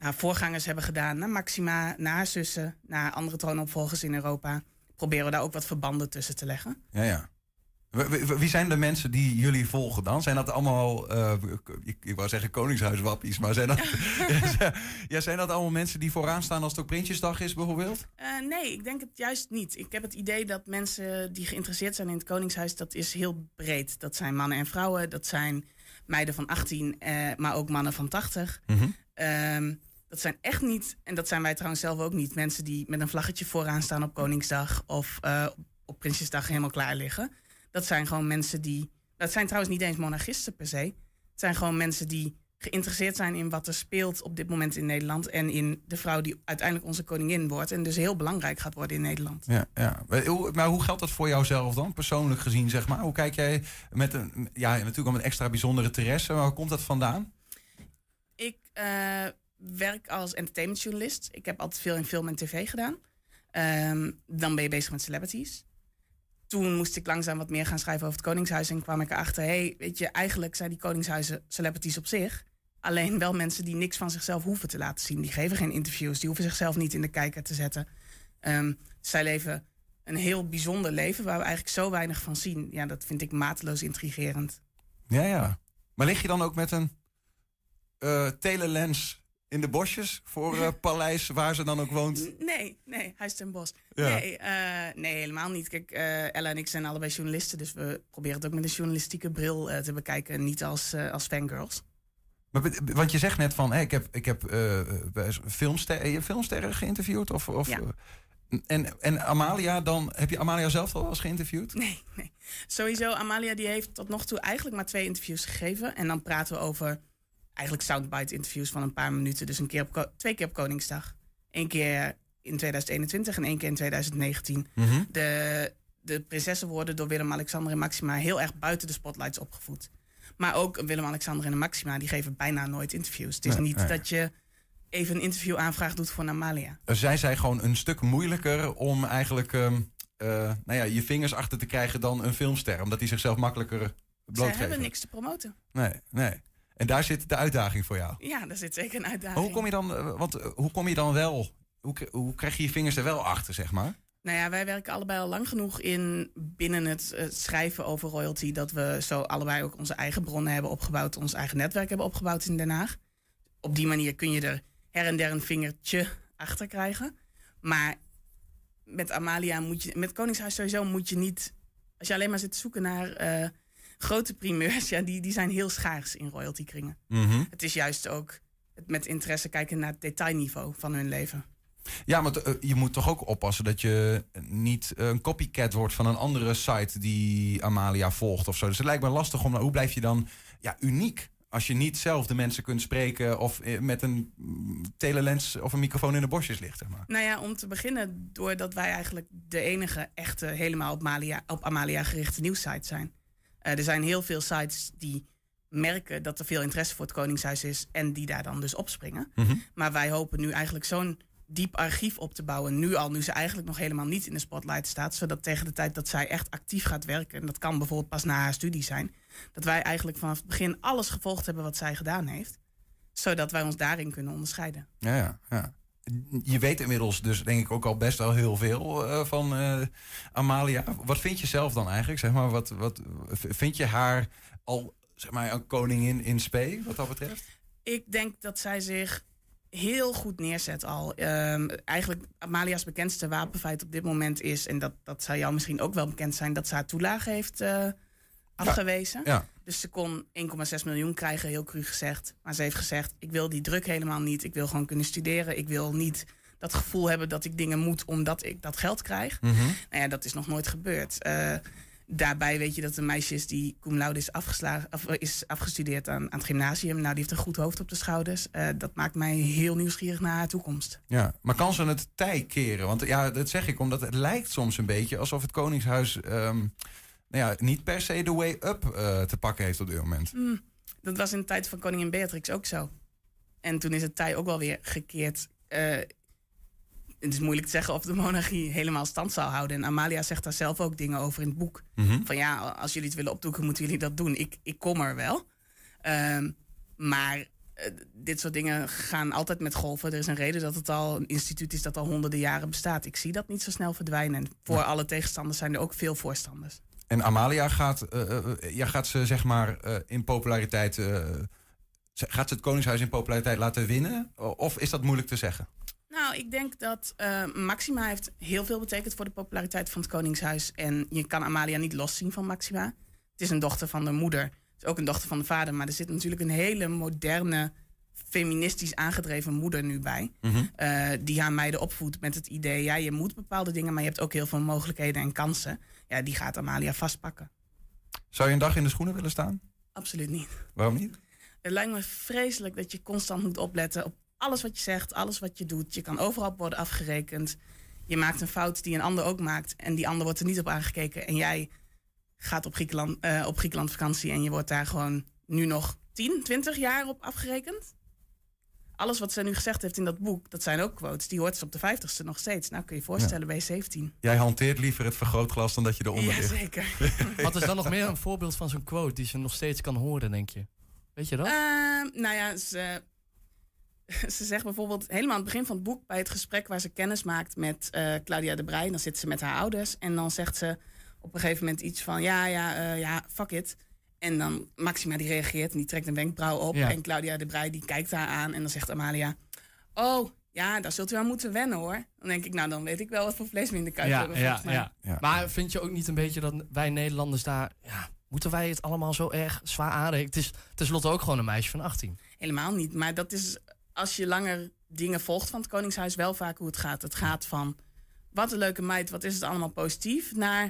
haar voorgangers hebben gedaan. Naar Maxima, naar haar zussen, naar andere troonopvolgers in Europa. Proberen we daar ook wat verbanden tussen te leggen. Ja, ja. Wie zijn de mensen die jullie volgen dan? Zijn dat allemaal, uh, ik, ik wou zeggen koningshuiswappies, maar zijn dat, ja, zijn dat allemaal mensen die vooraan staan als het ook Prinsjesdag is bijvoorbeeld? Uh, nee, ik denk het juist niet. Ik heb het idee dat mensen die geïnteresseerd zijn in het Koningshuis, dat is heel breed. Dat zijn mannen en vrouwen, dat zijn meiden van achttien, uh, maar ook mannen van tachtig. Mm-hmm. Um, dat zijn echt niet, en dat zijn wij trouwens zelf ook niet, mensen die met een vlaggetje vooraan staan op Koningsdag of uh, op Prinsjesdag helemaal klaar liggen. Dat zijn gewoon mensen die... Dat zijn trouwens niet eens monarchisten per se. Het zijn gewoon mensen die geïnteresseerd zijn in wat er speelt op dit moment in Nederland. En in de vrouw die uiteindelijk onze koningin wordt. En dus heel belangrijk gaat worden in Nederland. Ja, ja. Maar hoe geldt dat voor jouzelf dan, persoonlijk gezien, zeg maar? Hoe kijk jij met een... Ja, natuurlijk al met extra bijzondere interesse, maar waar komt dat vandaan? Ik uh, werk als entertainmentjournalist. Ik heb altijd veel in film en tv gedaan. Um, dan ben je bezig met celebrities. Toen moest ik langzaam wat meer gaan schrijven over het Koningshuis. En kwam ik erachter, hey, weet je, eigenlijk zijn die Koningshuizen celebrities op zich. Alleen wel mensen die niks van zichzelf hoeven te laten zien. Die geven geen interviews, die hoeven zichzelf niet in de kijker te zetten. Um, zij leven een heel bijzonder leven waar we eigenlijk zo weinig van zien. Ja, dat vind ik mateloos intrigerend. Ja, ja. Maar lig je dan ook met een uh, telelens in de bosjes voor uh, Paleis, waar ze dan ook woont? Nee, nee, Huis ten Bosch. Ja. Nee, uh, nee, helemaal niet. Kijk, uh, Ella en ik zijn allebei journalisten, dus we proberen het ook met een journalistieke bril uh, te bekijken, niet als, uh, als fangirls. Maar, want je zegt net van, hey, ik heb, ik heb uh, filmster, je filmsterren geïnterviewd? Of, of, ja. En, en Amalia dan, heb je Amalia zelf al wel eens geïnterviewd? Nee, nee. Sowieso, Amalia die heeft tot nog toe eigenlijk maar twee interviews gegeven. En dan praten we over eigenlijk soundbite interviews van een paar minuten. Dus een keer op, twee keer op Koningsdag. Eén keer in tweeduizend eenentwintig en één keer in tweeduizend negentien. Mm-hmm. De, de prinsessen worden door Willem-Alexander en Maxima heel erg buiten de spotlights opgevoed. Maar ook Willem-Alexander en Maxima die geven bijna nooit interviews. Het is Nee, niet nee. dat je even een interviewaanvraag doet voor een Amalia. Zij zijn gewoon een stuk moeilijker om eigenlijk um, uh, nou ja, je vingers achter te krijgen dan een filmster. Omdat die zichzelf makkelijker Zij blootgeven. hebben niks te promoten. Nee, nee. En daar zit de uitdaging voor jou. Ja, daar zit zeker een uitdaging. Maar hoe kom je dan, uh, want, uh, hoe kom je dan wel, hoe, k- hoe krijg je je vingers er wel achter, zeg maar? Nou ja, wij werken allebei al lang genoeg in binnen het uh, schrijven over royalty, dat we zo allebei ook onze eigen bronnen hebben opgebouwd, ons eigen netwerk hebben opgebouwd in Den Haag. Op die manier kun je er her en der een vingertje achter krijgen. Maar met Amalia moet je, met Koningshuis sowieso moet je niet, als je alleen maar zit te zoeken naar uh, grote primeurs, ja, die, die zijn heel schaars in royaltykringen. Mm-hmm. Het is juist ook het met interesse kijken naar het detailniveau van hun leven. Ja, maar t- uh, je moet toch ook oppassen dat je niet een copycat wordt van een andere site die Amalia volgt of zo. Dus het lijkt me lastig om, hoe blijf je dan ja, uniek? Als je niet zelf de mensen kunt spreken of met een telelens of een microfoon in de bosjes ligt, zeg maar. Nou ja, om te beginnen doordat wij eigenlijk de enige echte helemaal op Amalia, op Amalia gerichte nieuwssite zijn. Uh, er zijn heel veel sites die merken dat er veel interesse voor het Koningshuis is en die daar dan dus opspringen. Mm-hmm. Maar wij hopen nu eigenlijk zo'n diep archief op te bouwen, nu al, nu ze eigenlijk nog helemaal niet in de spotlight staat, zodat tegen de tijd dat zij echt actief gaat werken, en dat kan bijvoorbeeld pas na haar studie zijn, dat wij eigenlijk vanaf het begin alles gevolgd hebben wat zij gedaan heeft, zodat wij ons daarin kunnen onderscheiden. Ja, ja, ja. Je weet inmiddels dus denk ik ook al best wel heel veel uh, van uh, Amalia. Wat vind je zelf dan eigenlijk? Zeg maar, wat, wat, vind je haar al zeg maar, een koningin in spe, wat dat betreft? Ik denk dat zij zich heel goed neerzet al. Um, eigenlijk Amalia's bekendste wapenfeit op dit moment is, en dat, dat zou jou misschien ook wel bekend zijn, dat ze haar toelage heeft uh, afgewezen. Ja, ja. Dus ze kon één komma zes miljoen krijgen, heel cru gezegd. Maar ze heeft gezegd, ik wil die druk helemaal niet. Ik wil gewoon kunnen studeren. Ik wil niet dat gevoel hebben dat ik dingen moet omdat ik dat geld krijg. Mm-hmm. Nou ja, dat is nog nooit gebeurd. Uh, daarbij weet je dat een meisje is die cum laude is, afgeslagen, of is afgestudeerd aan, aan het gymnasium. Nou, die heeft een goed hoofd op de schouders. Uh, dat maakt mij heel nieuwsgierig naar haar toekomst. Ja, maar kan ze het tij keren? Want ja, dat zeg ik omdat het lijkt soms een beetje alsof het Koningshuis Um, nou ja, niet per se de way up uh, te pakken heeft op dit moment. Mm, dat was in de tijd van koningin Beatrix ook zo. En toen is het tij ook wel weer gekeerd. Uh, het is moeilijk te zeggen of de monarchie helemaal stand zal houden. En Amalia zegt daar zelf ook dingen over in het boek. Mm-hmm. Van ja, als jullie het willen opdoeken, moeten jullie dat doen. Ik, ik kom er wel. Um, maar uh, dit soort dingen gaan altijd met golven. Er is een reden dat het al een instituut is dat al honderden jaren bestaat. Ik zie dat niet zo snel verdwijnen. En voor ja. alle tegenstanders zijn er ook veel voorstanders. En Amalia gaat, uh, uh, ja, gaat ze zeg maar uh, in populariteit... Uh, gaat ze het Koningshuis in populariteit laten winnen? Of is dat moeilijk te zeggen? Nou, ik denk dat uh, Máxima heeft heel veel betekend voor de populariteit van het Koningshuis. En je kan Amalia niet loszien van Máxima. Het is een dochter van de moeder. Het is ook een dochter van de vader. Maar er zit natuurlijk een hele moderne, feministisch aangedreven moeder nu bij. Mm-hmm. Uh, die haar meiden opvoedt met het idee... ja, je moet bepaalde dingen, maar je hebt ook heel veel mogelijkheden en kansen. Ja, die gaat Amalia vastpakken. Zou je een dag in de schoenen willen staan? Absoluut niet. Waarom niet? Het lijkt me vreselijk dat je constant moet opletten op alles wat je zegt, alles wat je doet. Je kan overal worden afgerekend. Je maakt een fout die een ander ook maakt. En die ander wordt er niet op aangekeken. En jij gaat op Griekenland, uh, op Griekenland vakantie en je wordt daar gewoon nu nog tien, twintig jaar op afgerekend. Alles wat ze nu gezegd heeft in dat boek, dat zijn ook quotes. Die hoort ze op de vijftigste nog steeds. Nou, kun je je voorstellen, ja. ben je zeventien. Jij hanteert liever het vergrootglas dan dat je eronder ligt. Ja, zeker. Wat is dan nog meer een voorbeeld van zo'n quote die ze nog steeds kan horen, denk je? Weet je dat? Uh, nou ja, ze, ze zegt bijvoorbeeld helemaal aan het begin van het boek... bij het gesprek waar ze kennis maakt met uh, Claudia de Breij... dan zit ze met haar ouders en dan zegt ze op een gegeven moment iets van... ja, ja, uh, ja, fuck it. En dan Máxima die reageert en die trekt een wenkbrauw op... Ja. En Claudia de Breij die kijkt haar aan en dan zegt Amalia... oh, ja, daar zult u aan moeten wennen, hoor. Dan denk ik, nou, dan weet ik wel wat voor vlees we in de kuip ja, hebben. Ja, ja. Ja. Maar vind je ook niet een beetje dat wij Nederlanders daar... Ja, moeten wij het allemaal zo erg zwaar aanrekenen? Het is tenslotte ook gewoon een meisje van achttien. Helemaal niet, maar dat is... als je langer dingen volgt van het Koningshuis... wel vaak hoe het gaat. Het gaat van, wat een leuke meid, wat is het allemaal positief... naar...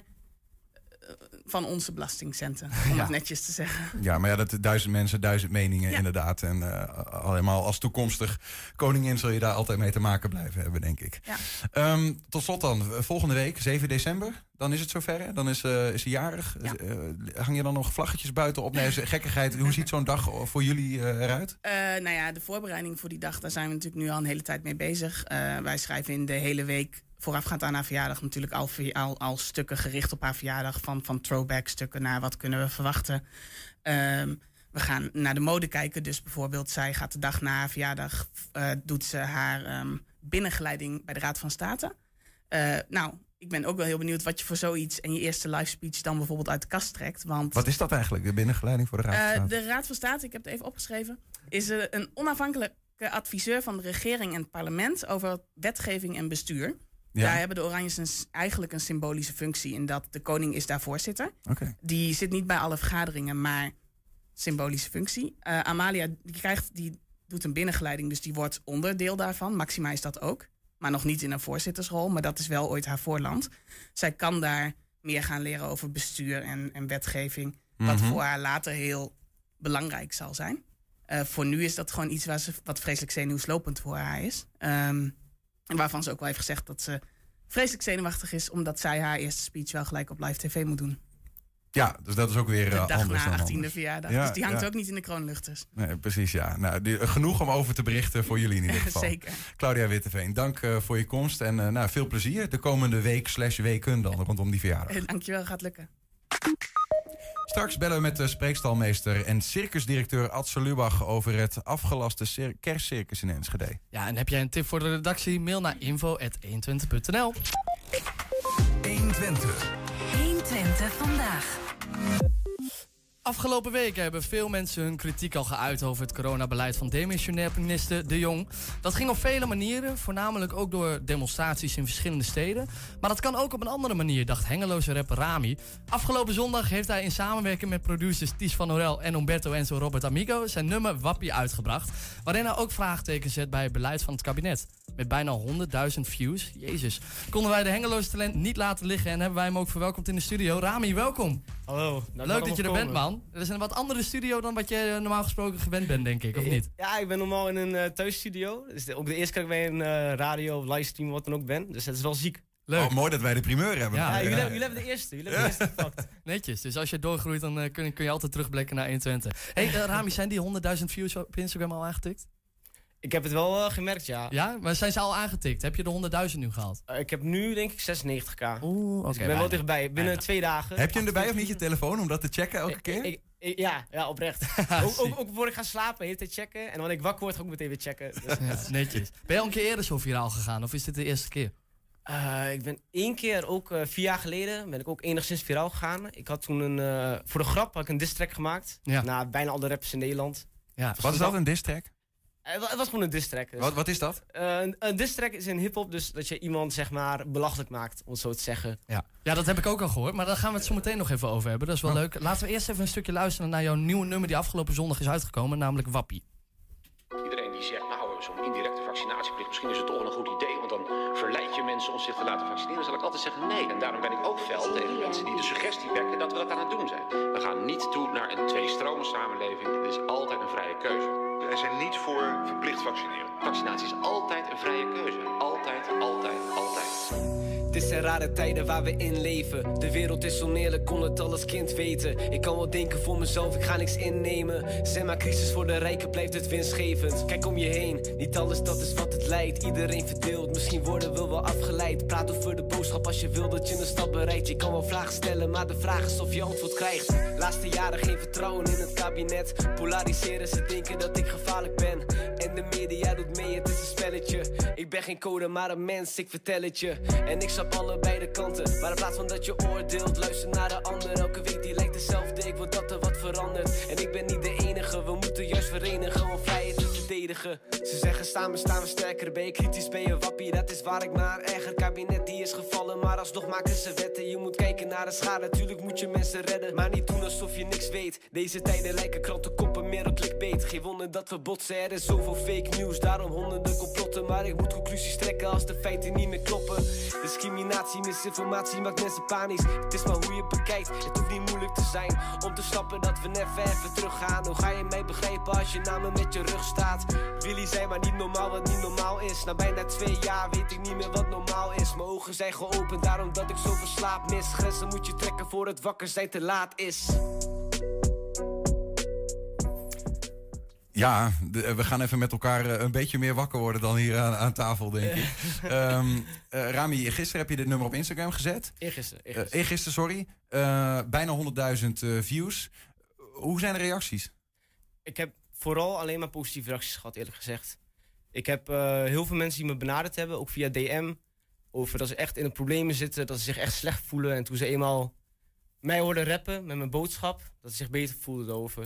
van onze belastingcenten, om ja. het netjes te zeggen. Ja, maar ja, dat duizend mensen, duizend meningen ja. inderdaad. En uh, allemaal als toekomstig koningin zul je daar altijd mee te maken blijven hebben, denk ik. Ja. Um, tot slot dan, volgende week, zeven december, dan is het zover, hè? Dan is, uh, is ze jarig. Ja. Uh, hang je dan nog vlaggetjes buiten op? Nee, gekkigheid. Hoe ziet zo'n dag voor jullie uh, eruit? Uh, nou ja, de voorbereiding voor die dag, daar zijn we natuurlijk nu al een hele tijd mee bezig. Uh, wij schrijven in de hele week... voorafgaand aan haar verjaardag natuurlijk al, al, al stukken gericht op haar verjaardag. Van, van throwback stukken naar wat kunnen we verwachten. Um, we gaan naar de mode kijken. Dus bijvoorbeeld zij gaat de dag na haar verjaardag... Uh, doet ze haar um, binnengeleiding bij de Raad van State. Uh, nou, ik ben ook wel heel benieuwd wat je voor zoiets... en je eerste live speech dan bijvoorbeeld uit de kast trekt. Want, wat is dat eigenlijk, de binnengeleiding voor de Raad van State? Uh, de Raad van State, ik heb het even opgeschreven... is uh, een onafhankelijke adviseur van de regering en het parlement... over wetgeving en bestuur... Ja. Daar hebben de Oranjes een, eigenlijk een symbolische functie... in dat de koning is daar voorzitter. Okay. Die zit niet bij alle vergaderingen, maar symbolische functie. Uh, Amalia die krijgt, die doet een binnengeleiding, dus die wordt onderdeel daarvan. Máxima is dat ook, maar nog niet in een voorzittersrol. Maar dat is wel ooit haar voorland. Zij kan daar meer gaan leren over bestuur en, en wetgeving... wat mm-hmm. voor haar later heel belangrijk zal zijn. Uh, voor nu is dat gewoon iets waar ze, wat vreselijk zenuwslopend voor haar is... Um, En waarvan ze ook wel heeft gezegd dat ze vreselijk zenuwachtig is... omdat zij haar eerste speech wel gelijk op live tv moet doen. Ja, dus dat is ook weer uh, anders dan anders. De dag na achttiende verjaardag. Ja, dus die hangt ja. ook niet in de kroonluchters. Nee, precies, ja. Nou, die, genoeg om over te berichten voor jullie in ieder geval. Zeker. Claudia Witteveen, dank uh, voor je komst. En uh, nou, veel plezier de komende week slash weken dan rondom die verjaardag. Uh, dankjewel, gaat lukken. Straks bellen we met de spreekstalmeester en circusdirecteur Adse Lubach... over het afgelaste cir- kerstcircus in Enschede. Ja, en heb jij een tip voor de redactie? Mail naar info at honderdtwintig punt n l. honderdtwintig. honderdtwintig vandaag. Afgelopen weken hebben veel mensen hun kritiek al geuit over het coronabeleid van demissionair minister De Jong. Dat ging op vele manieren, voornamelijk ook door demonstraties in verschillende steden. Maar dat kan ook op een andere manier, dacht Hengeloze rapper Rami. Afgelopen zondag heeft hij in samenwerking met producers Ties van Orel en Umberto Enzo Robert Amigo zijn nummer Wappie uitgebracht. Waarin hij ook vraagtekens zet bij het beleid van het kabinet. Met bijna honderdduizend views. Jezus. Konden wij de Hengeloze talent niet laten liggen en hebben wij hem ook verwelkomd in de studio. Rami, welkom. Hallo. Leuk dat je er bent, man. Het is een wat andere studio dan wat je normaal gesproken gewend bent, denk ik, of niet? Ja, ik ben normaal in een uh, thuisstudio. Het is ook de eerste keer dat ik bij een uh, radio of livestream wat dan ook ben. Dus het is wel ziek. Leuk. Oh, mooi dat wij de primeur hebben. Ja, ja, jullie, hebben, jullie hebben de eerste. Jullie hebben de eerste gepakt. Netjes, dus als je doorgroeit, dan uh, kun, kun je altijd terugblikken naar honderdtwintig. Hé, hey, uh, Rami, zijn die honderdduizend views op Instagram al aangetikt? Ik heb het wel uh, gemerkt, ja. Ja? Maar zijn ze al aangetikt? Heb je de honderdduizend nu gehaald? Uh, ik heb nu, denk ik, zesennegentig k. Oeh, oké. Dus ik ben wel dichtbij. Binnen bijna. twee dagen. Heb je hem erbij of niet, je telefoon, om dat te checken elke ik, keer? Ik, Ik- Ja, ja, oprecht. ook, ook, ook voor ik ga slapen, heet het checken. En wanneer ik wakker word, ga ik ook meteen weer checken. Dus, Ja, netjes. Ben je al een keer eerder zo viraal gegaan? Of is dit de eerste keer? Uh, ik ben één keer, ook uh, vier jaar geleden, ben ik ook enigszins viraal gegaan. Ik had toen een, uh, voor de grap had ik een diss track gemaakt. Ja. Naar bijna alle rappers in Nederland. Ja. Wat is dat, een diss track? Uh, het was gewoon een diss track. Dus. Wat, wat is dat? Uh, een, een diss track is in hiphop dus dat je iemand zeg maar belachelijk maakt, om het zo te zeggen. Ja. ja, dat heb ik ook al gehoord. Maar daar gaan we het zo meteen nog even over hebben. Dat is wel Oh. leuk. Laten we eerst even een stukje luisteren naar jouw nieuwe nummer die afgelopen zondag is uitgekomen. Namelijk Wappie. Iedereen die zegt, nou, zo'n indirecte vaccinatieplicht, misschien is het toch wel een goed idee, want dan verleid je mensen om zich te laten vaccineren. Zal ik altijd zeggen nee. En daarom ben ik ook fel tegen mensen die de suggestie wekken dat we dat aan het doen zijn. We gaan niet toe naar een twee-stromen samenleving. Het is altijd een vrije keuze. Wij zijn niet voor verplicht vaccineren. Vaccinatie is altijd een vrije keuze. Altijd, altijd, altijd. Dit zijn rare tijden waar we in leven. De wereld is oneerlijk, kon het al als kind weten. Ik kan wel denken voor mezelf, ik ga niks innemen. Zeg maar crisis voor de rijken, blijft het winstgevend. Kijk om je heen, niet alles dat is wat het lijkt. Iedereen verdeeld, misschien worden we wel afgeleid. Praat over de boodschap als je wil dat je een stap bereikt. Je kan wel vragen stellen, maar de vraag is of je antwoord krijgt. Laatste jaren geen vertrouwen in het kabinet. Polariseren, ze denken dat ik gevaarlijk ben. En de media doet mee, het is een spelletje. Ik ben geen code, maar een mens, ik vertel het je. En ik snap allebei de kanten. Maar in plaats van dat je oordeelt, luister naar de ander. Elke week die lijkt dezelfde, ik wil dat er wat verandert. En ik ben niet de enige, we moeten juist verenigen om vrijheid te verdedigen. Ze zeggen samen staan we sterker, ben je kritisch, ben je wappie. Dat is waar ik maar erger, kabinet die is gevallen. Maar alsnog maken ze wetten, je moet kijken naar de schade. Natuurlijk moet je mensen redden, maar niet doen alsof je niks weet. Deze tijden lijken krantenkoppen meer op clickbait. Geen wonder dat we botsen, er is zoveel fake news. Daarom honderden complotten, maar ik moet conclusies trekken als de feiten niet meer kloppen. Discriminatie, misinformatie maakt mensen panisch. Het is maar hoe je bekijkt, het hoeft niet moeilijk te zijn om te snappen dat we net even teruggaan. Hoe ga je mij begrijpen als je naar me met je rug staat? Willy zei maar niet normaal wat niet normaal is. Na bijna twee jaar weet ik niet meer wat normaal is. Mijn ogen zijn geopend, daarom dat ik zoveel slaap mis. Grenzen moet je trekken voor het wakker zijn te laat is. Ja, de- we gaan even met elkaar eh, een beetje meer wakker worden dan hier aan, aan tafel, denk ik. um, uh, Rami, gisteren heb je dit nummer op Instagram gezet. Eergisteren. Uh, eergisteren. eergisteren, sorry. Uh, bijna honderdduizend uh, views. Hoe zijn de reacties? Ik heb vooral alleen maar positieve reacties gehad, eerlijk gezegd. Ik heb uh, heel veel mensen die me benaderd hebben, ook via D M, over dat ze echt in de problemen zitten, dat ze zich echt slecht voelen. En toen ze eenmaal mij hoorden rappen met mijn boodschap, dat ze zich beter voelden erover.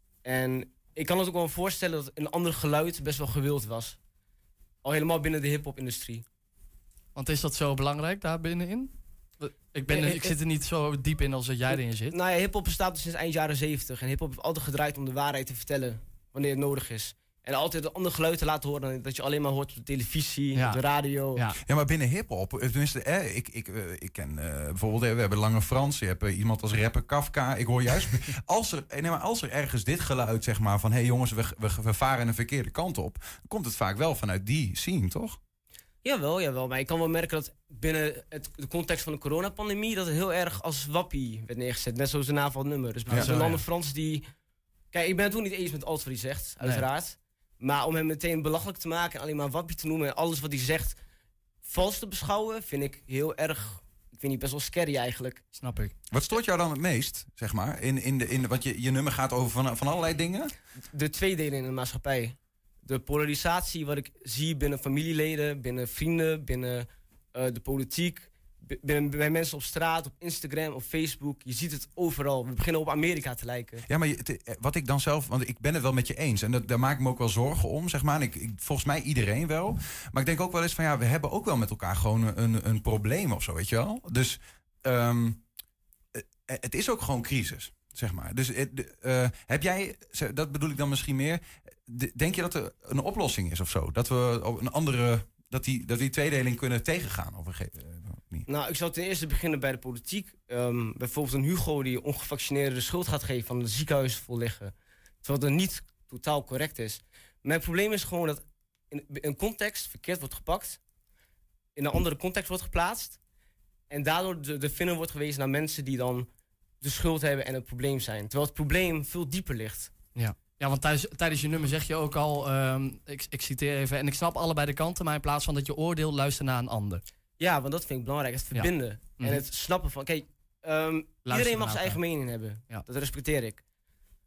En ik kan het ook wel voorstellen dat een ander geluid best wel gewild was. Al helemaal binnen de hip-hop-industrie. Want is dat zo belangrijk daar binnenin? Ik, ben, Eh, eh, ik zit er niet zo diep in als dat jij erin zit. Nou ja, hip-hop bestaat dus sinds eind jaren zeventig. En hip-hop heeft altijd gedraaid om de waarheid te vertellen wanneer het nodig is. En altijd een ander geluid te laten horen dan dat je alleen maar hoort op de televisie, Ja. op de radio. Ja. Ja, maar binnen hiphop, eh, tenminste, eh, ik, ik, eh, ik ken eh, bijvoorbeeld, eh, we hebben Lange Frans, je hebt eh, iemand als rapper Kafka. Ik hoor juist, als er, eh, nee, maar als er ergens dit geluid, zeg maar, van hé hey jongens, we, we, we varen een verkeerde kant op, dan komt het vaak wel vanuit die scene, toch? Jawel, jawel. Maar ik kan wel merken dat binnen het, de context van de coronapandemie dat het heel erg als wappie werd neergezet. Net zoals de naam van het nummer. Dus bijvoorbeeld Ja, een zo, Lange Frans die... Kijk, ik ben het ook niet eens met alles wat hij zegt, Nee. uiteraard. Maar om hem meteen belachelijk te maken en alleen maar wappie te noemen en alles wat hij zegt vals te beschouwen, vind ik heel erg, ik vind niet best wel scary eigenlijk. Snap ik. Wat stoort jou dan het meest, zeg maar? In, in de, in, want je, je nummer gaat over van, van allerlei dingen. De tweedeling in de maatschappij. De polarisatie wat ik zie binnen familieleden, binnen vrienden, binnen uh, de politiek, b- binnen, bij mensen op straat, op Instagram, op Facebook. Je ziet het overal. We beginnen op Amerika te lijken. Ja, maar je, het- wat ik dan zelf, want ik ben het wel met je eens. En dat, daar maak ik me ook wel zorgen om, zeg maar. En ik, ik, volgens mij iedereen wel. Maar ik denk ook wel eens van, ja, we hebben ook wel met elkaar gewoon een, een, een probleem of zo, weet je wel? Dus ehm, eh, het is ook gewoon crisis, zeg maar. Dus eh, de- eh, heb jij, dat bedoel ik dan misschien meer, de- denk je dat er een oplossing is of zo? Dat we op een andere, dat die, dat die tweedeling kunnen tegengaan? Of een ge- eh, niet? Nou, ik zou ten eerste beginnen bij de politiek. Ehm, bijvoorbeeld een Hugo die ongevaccineerden de schuld gaat geven van de ziekenhuizen vol liggen. Terwijl dat niet totaal correct is. Mijn probleem is gewoon dat in een context verkeerd wordt gepakt, in een andere context wordt geplaatst, en daardoor de, de vinger wordt gewezen naar mensen die dan de schuld hebben en het probleem zijn. Terwijl het probleem veel dieper ligt. Ja, ja want tijdens, tijdens je nummer zeg je ook al, ehm, ik, ik citeer even, en ik snap allebei de kanten, maar in plaats van dat je oordeelt, luister naar een ander. Ja, want dat vind ik belangrijk. Het verbinden. Mhm. En het snappen van... Kijk, ehm, iedereen mag naar zijn elkaar. eigen mening hebben. Ja. Dat respecteer ik.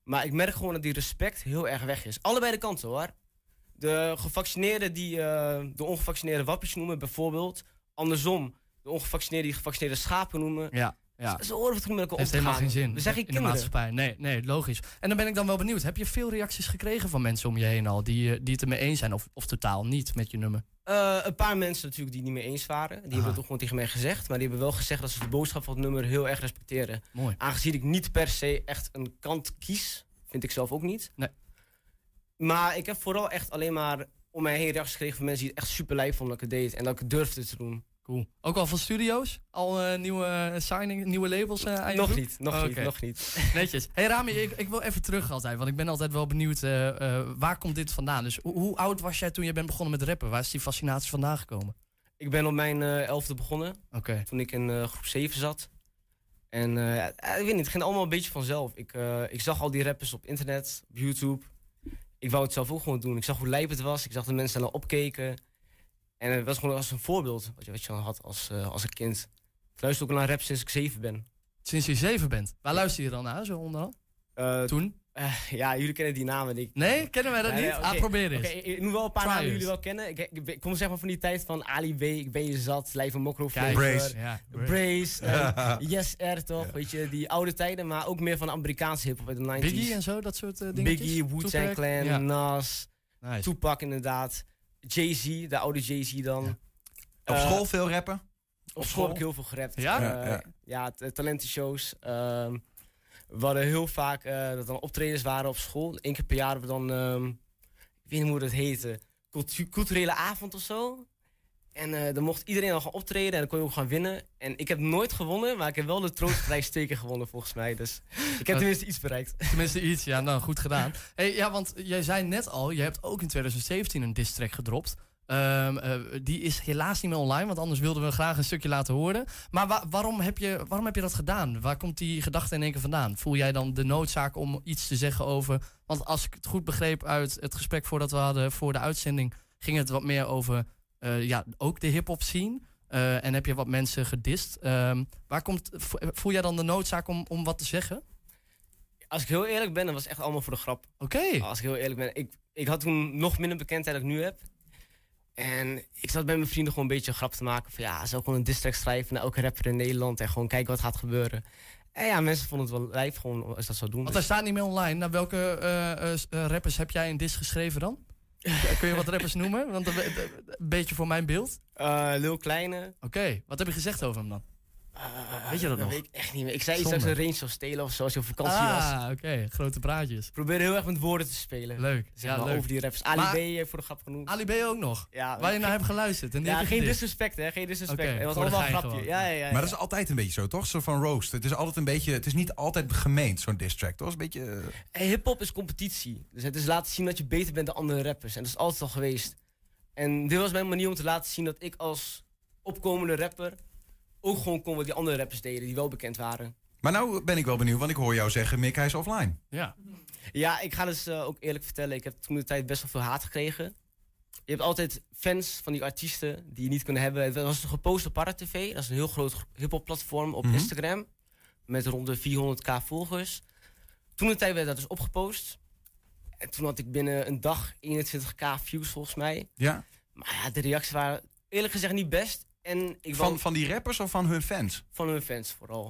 Maar ik merk gewoon dat die respect heel erg weg is. Allebei de kanten hoor. De gevaccineerden die uh, de ongevaccineerde wappies noemen bijvoorbeeld. Andersom, de ongevaccineerden die gevaccineerde schapen noemen. Ja. Ja. Ze horen het met elkaar heeft helemaal geen zin. We zijn geen in de kinderen. maatschappij. Nee, nee, logisch. En dan ben ik dan wel benieuwd. Heb je veel reacties gekregen van mensen om je heen al die, die het ermee eens zijn of, of totaal niet met je nummer? Uh, een paar mensen natuurlijk die het niet mee eens waren. Die Aha. hebben het toch gewoon tegen mij gezegd. Maar die hebben wel gezegd dat ze de boodschap van het nummer heel erg respecteren. Mooi. Aangezien ik niet per se echt een kant kies. Vind ik zelf ook niet. Nee. Maar ik heb vooral echt alleen maar om mij heen reacties gekregen van mensen die het echt super lijf vonden dat ik het deed. En dat ik het durfde te doen. Cool. Ook al van studio's? Al uh, nieuwe uh, signing, nieuwe labels? Uh, aan je nog groep? niet, nog oh, niet, okay. nog niet. Netjes. Hey Rami, ik, ik wil even terug altijd, want ik ben altijd wel benieuwd, uh, uh, waar komt dit vandaan? Dus hoe, hoe oud was jij toen je bent begonnen met rappen? Waar is die fascinatie vandaan gekomen? Ik ben op mijn uh, elfde begonnen, okay. toen ik in uh, groep zeven zat. En uh, ja, ik weet niet, het ging allemaal een beetje vanzelf. Ik, uh, ik zag al die rappers op internet, op YouTube. Ik wou het zelf ook gewoon doen. Ik zag hoe lijp het was, ik zag dat mensen er opkeken. En het was gewoon als een voorbeeld wat je, wat je dan had als, uh, als een kind. Ik luister ook naar rap sinds ik zeven ben. Sinds je zeven bent? Waar luister je dan naar, zo onderhand? Uh, Toen? Uh, ja, jullie kennen die namen. Ik, nee, kennen wij dat nee, niet? Nee, okay. Ah, probeer eens. Okay, ik noem wel een paar Try namen die us. jullie wel kennen. Ik, ik, ik kom zeg maar van die tijd van Ali B, Ik ben je zat, Lijf en Mokro Brace. Ja, Brace, uh, Yes R toch, ja. Weet je, die oude tijden, maar ook meer van de Amerikaanse hiphop uit de negentig. Biggie en zo, dat soort uh, dingetjes? Biggie, Wu-Tang Clan, ja. Nas, nice. Tupac inderdaad, Jay-Z, de oude Jay-Z dan. Ja. Op school uh, veel rappen? Op, op school heb ik heel veel gerapt. Ja? Uh, ja, ja. ja talentenshows. Uh, we hadden heel vaak uh, dat dan optredens waren op school. Eén keer per jaar hebben we dan, um, ik weet niet hoe dat heette, cultu culturele avond of zo. En uh, dan mocht iedereen dan gaan optreden en dan kon je ook gaan winnen. En ik heb nooit gewonnen, maar ik heb wel de troostprijs twee keer gewonnen volgens mij. Dus ik heb tenminste iets bereikt. Tenminste iets, ja, nou goed gedaan. Hey, ja, want jij zei net al, je hebt ook in twintig zeventien een diss track gedropt. Um, uh, die is helaas niet meer online, want anders wilden we graag een stukje laten horen. Maar wa waarom, heb je, waarom heb je dat gedaan? Waar komt die gedachte in één keer vandaan? Voel jij dan de noodzaak om iets te zeggen over... Want als ik het goed begreep uit het gesprek voordat we hadden voor de uitzending... ging het wat meer over uh, ja, ook de hip-hop scene. Uh, en heb je wat mensen gedist. Um, waar komt, voel jij dan de noodzaak om, om wat te zeggen? Als ik heel eerlijk ben, dan was het echt allemaal voor de grap. Oké. Okay. Als ik heel eerlijk ben. Ik, ik had toen nog minder bekendheid dan ik nu heb. En ik zat bij mijn vrienden gewoon een beetje een grap te maken. Van ja, zou ik gewoon een diss track schrijven naar elke rapper in Nederland. En gewoon kijken wat gaat gebeuren. En ja, mensen vonden het wel lijf gewoon als dat zou doen. Want hij staat niet meer online. Naar welke uh, uh, rappers heb jij een diss geschreven dan? Kun je wat rappers noemen? Want een, een beetje voor mijn beeld. Uh, Lil Kleine. Oké, okay. Wat heb je gezegd over hem dan? Uh, weet je dat, dat nog? weet ik echt niet meer. Ik zei iets dat ze een range zou stelen of zo als je op vakantie ah, was. Ah, oké. Okay. Grote praatjes. Ik probeer heel erg met woorden te spelen. Leuk. Zeg ja, maar, leuk. Over die rappers. Ali maar, B heeft voor de grap genoemd. Ali B ook nog? Ja. Waar je naar hebt geluisterd. En ja, geen disrespect hè. Geen disrespect. Okay, het was allemaal een grapje. Ja, ja, ja, ja. Maar dat is altijd een beetje zo, toch? Zo van roast. Het is altijd een beetje... Het is niet altijd gemeend, zo'n diss track, toch? Een beetje... Uh... Hey, hip-hop is competitie. Dus het is laten zien dat je beter bent dan andere rappers. En dat is altijd al geweest. En dit was mijn manier om te laten zien dat ik als opkomende rapper... ook gewoon kon wat die andere rappers deden die wel bekend waren. Maar nou ben ik wel benieuwd, want ik hoor jou zeggen... Mick, hij is offline. Ja, ja ik ga dus uh, ook eerlijk vertellen... ik heb toen de tijd best wel veel haat gekregen. Je hebt altijd fans van die artiesten die je niet kunnen hebben. Het was gepost op ParaTV. Dat is een heel groot hiphop platform op mm-hmm. Instagram. Met rond de vierhonderdduizend volgers. Toen de tijd werd dat dus opgepost. En toen had ik binnen een dag eenentwintigduizend views volgens mij. Ja. Maar ja, de reacties waren eerlijk gezegd niet best. En ik van, wou... van die rappers of van hun fans? Van hun fans vooral.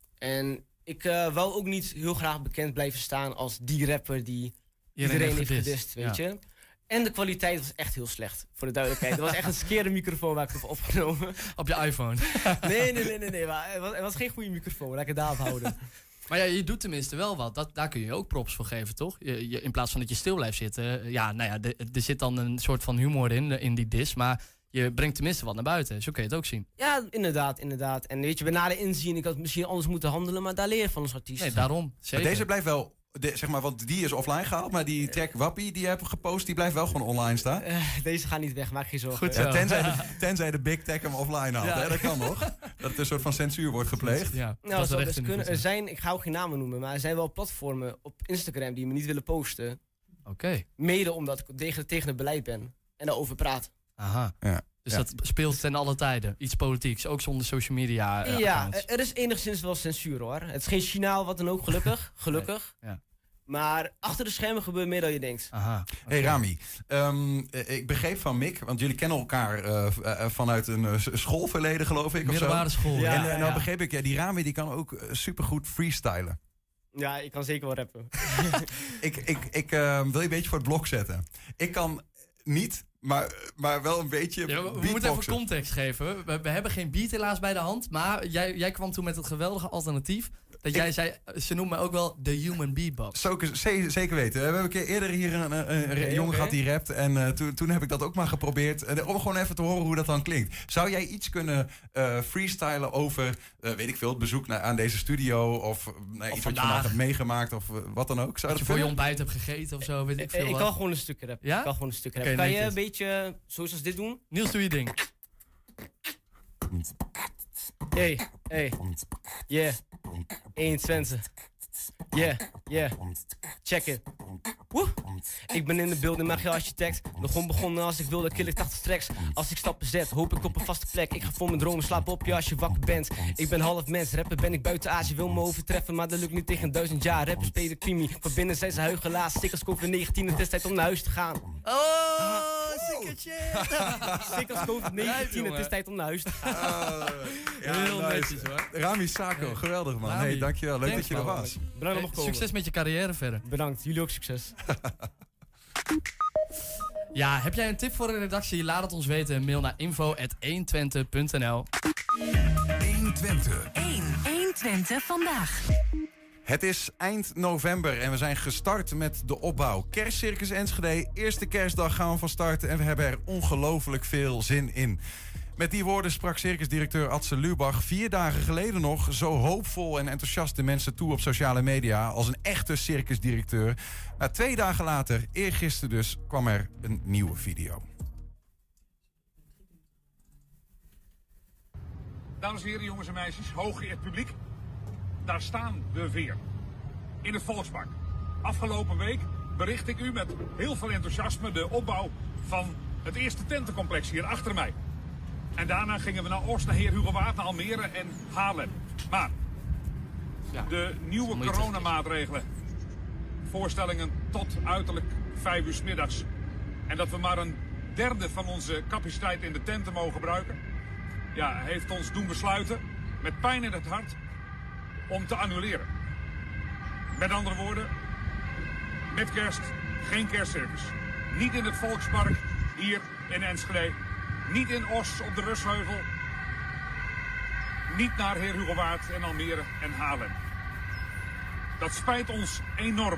En ik uh, wou ook niet heel graag bekend blijven staan als die rapper die iedereen, iedereen heeft gedist, weet ja. je. En de kwaliteit was echt heel slecht, voor de duidelijkheid. Het was echt een skeerde microfoon waar ik het heb opgenomen. Op je iPhone? nee, nee, nee, nee, nee. Maar het, was, het was geen goede microfoon, laat ik het daarop houden. Maar ja, je doet tenminste wel wat. Dat, daar kun je ook props voor geven, toch? Je, je, in plaats van dat je stil blijft zitten. Ja, nou ja, de, er zit dan een soort van humor in, in die diss. Maar je brengt tenminste wat naar buiten. Zo kun je het ook zien. Ja, inderdaad, inderdaad. En weet je, bij nader inzien, ik had misschien anders moeten handelen. Maar daar leer je van als artiest. Nee, daarom. Zeker. Maar deze blijft wel... De, zeg maar, want die is offline gehaald, maar die track Wappie die je hebt gepost, die blijft wel gewoon online staan. Uh, deze gaat niet weg, maak geen zorgen. Goed zo. Ja, tenzij, de, tenzij de Big Tech hem offline haalt, ja. hè? Dat kan nog. Dat er een soort van censuur wordt gepleegd. Ja, nou, dat zou best kunnen. Er zijn, ik ga ook geen namen noemen, maar er zijn wel platformen op Instagram die me niet willen posten. Oké. Okay. Mede omdat ik tegen, tegen het beleid ben en daarover praat. Aha. Ja. Dus ja. dat speelt ten alle tijden. Iets politieks, ook zonder social media. Uh, ja, accounts. er is enigszins wel censuur hoor. Het is geen China wat dan ook, gelukkig. gelukkig. Nee. Ja. Maar achter de schermen gebeurt meer dan je denkt. Aha. Hey Rami, um, ik begreep van Mick, want jullie kennen elkaar uh, uh, vanuit een uh, schoolverleden, geloof ik. Middelbare school. Ja, en uh, ja, nou ja. begreep ik, ja, die Rami die kan ook uh, supergoed freestylen. Ja, ik kan zeker wel rappen. ik ik, ik uh, wil je een beetje voor het blok zetten. Ik kan niet, maar, maar wel een beetje ja, we, we moeten even context geven. We, we hebben geen beat helaas bij de hand, maar jij, jij kwam toen met het geweldige alternatief. Dat ik, jij zei, ze noemen me ook wel de human beatbox. Zo, zeker weten. We hebben een keer eerder hier een, een, een okay, jongen okay. gehad die rapt. En uh, toen, toen heb ik dat ook maar geprobeerd. Uh, om gewoon even te horen hoe dat dan klinkt. Zou jij iets kunnen uh, freestylen over, uh, weet ik veel, het bezoek naar, aan deze studio? Of, uh, nee, of iets wat je vandaag hebt meegemaakt of uh, wat dan ook? Zou dat je voor je ontbijt hebt gegeten of zo, weet ik veel. Ik wat. kan gewoon een stuk rappen. Ja? Ik kan gewoon een stuk rappen. Okay, kan je een beetje zoals dit doen? Niels, doe je ding. Hey, hey, yeah, eenentwintig, yeah, yeah, check it. Woe. Ik ben in de building, mag je architect. Nog onbegonnen als ik wilde, kill ik tachtig tracks. Als ik stappen zet, hoop ik op een vaste plek. Ik ga voor mijn dromen, slaap op je als je wakker bent. Ik ben half mens, rapper ben ik buiten Azië. Wil me overtreffen, maar dat lukt niet tegen duizend jaar. Rappers spelen krimi, van binnen zijn ze huigelaars. Stickers covid negentien, het is tijd om naar huis te gaan. Oh, stickertje. Stickers covid negentien, het is tijd om naar huis te gaan. Uh, ja, heel nice. Netjes hoor. Rami Sako, ja. Geweldig man. Rami. Hey, dankjewel, leuk Thanks, dat je er was. Bedankt om te komen. Succes met je carrière verder. Bedankt, jullie ook succes. Ja, heb jij een tip voor de redactie? Laat het ons weten. Mail naar info at honderdtwintig punt n l. honderdtwintig. honderdtwintig vandaag. Het is eind november en we zijn gestart met de opbouw. Kerstcircus Enschede, eerste kerstdag gaan we van start en we hebben er ongelooflijk veel zin in. Met die woorden sprak circusdirecteur Adse Lubach vier dagen geleden nog zo hoopvol en enthousiast de mensen toe op sociale media als een echte circusdirecteur. Maar twee dagen later, eergisteren dus, kwam er een nieuwe video. Dames en heren, jongens en meisjes, hooggeëerd publiek. Daar staan we weer. In het Volkspark. Afgelopen week bericht ik u met heel veel enthousiasme de opbouw van het eerste tentencomplex hier achter mij. En daarna gingen we naar Oost, naar Heer Hugo Waard, naar Almere en Haarlem. Maar ja, de nieuwe coronamaatregelen, voorstellingen tot uiterlijk vijf uur 's middags. En dat we maar een derde van onze capaciteit in de tenten mogen gebruiken. Ja, heeft ons doen besluiten, met pijn in het hart, om te annuleren. Met andere woorden, met kerst geen kerstcircus. Niet in het Volkspark, hier in Enschede. Niet in Os op de Rusheuvel. Niet naar Heer Hugo Waard en Almere en Haarlem. Dat spijt ons enorm.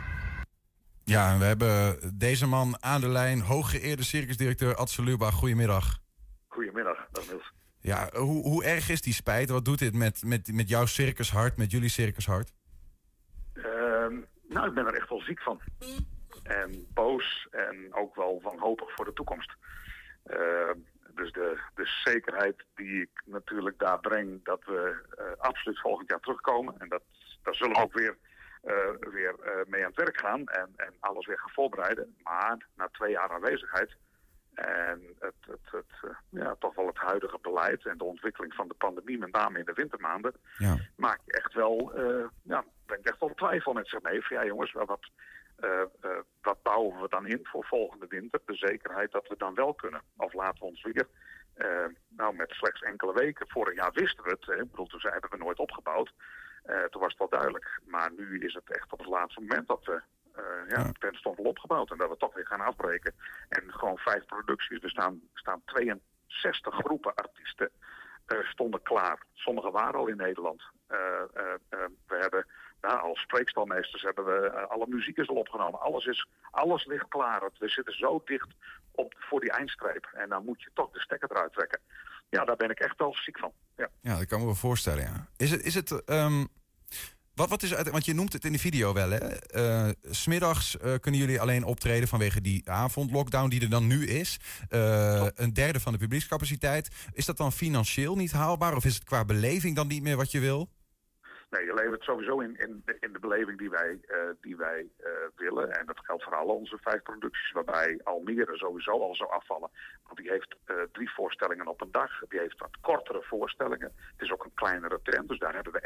Ja, en we hebben deze man aan de lijn, hooggeëerde circusdirecteur Adse Lubach. Goedemiddag. Goedemiddag, dag Niels. Ja, hoe, hoe erg is die spijt? Wat doet dit met, met, met jouw circushart, met jullie circushart? Uh, nou, ik ben er echt wel ziek van. En boos en ook wel wanhopig voor de toekomst. Uh, dus de, de zekerheid die ik natuurlijk daar breng, dat we uh, absoluut volgend jaar terugkomen. En dat, daar zullen we ook weer, uh, weer uh, mee aan het werk gaan en, en alles weer gaan voorbereiden. Maar na twee jaar aanwezigheid en het, het, het, uh, ja, toch wel het huidige beleid en de ontwikkeling van de pandemie, met name in de wintermaanden, ja. maak je echt wel, uh, ja, brengt echt wel twijfel met zich mee. Van ja jongens, wat... Uh, uh, wat bouwen we dan in voor volgende winter? De zekerheid dat we dan wel kunnen. Of laten we ons weer, uh, nou met slechts enkele weken, vorig jaar wisten we het, hè? Ik bedoel, toen hebben we nooit opgebouwd. Uh, toen was het wel duidelijk. Maar nu is het echt op het laatste moment dat we, uh, ja, de tent stond wel opgebouwd. En dat we toch weer gaan afbreken. En gewoon vijf producties. Er staan, staan tweeënzestig groepen artiesten uh, stonden klaar. Sommige waren al in Nederland. Uh, uh, uh, we hebben... Nou, als spreekstalmeesters hebben we uh, alle muziek is al opgenomen. Alles, is, alles ligt klaar. We zitten zo dicht op, voor die eindstreep. En dan moet je toch de stekker eruit trekken. Ja, daar ben ik echt wel ziek van. Ja, ja dat kan me wel voorstellen, ja. Is het... Is het um, wat, wat is het, want je noemt het in de video wel, hè? Uh, 'S middags uh, kunnen jullie alleen optreden vanwege die avondlockdown die er dan nu is. Uh, een derde van de publiekscapaciteit. Is dat dan financieel niet haalbaar? Of is het qua beleving dan niet meer wat je wil? Nee, je levert sowieso in, in, de, in de beleving die wij, uh, die wij uh, willen. En dat geldt voor alle onze vijf producties, waarbij Almere sowieso al zou afvallen. Want die heeft uh, drie voorstellingen op een dag. Die heeft wat kortere voorstellingen. Het is ook een kleinere tent, dus daar hebben we echt die capaciteit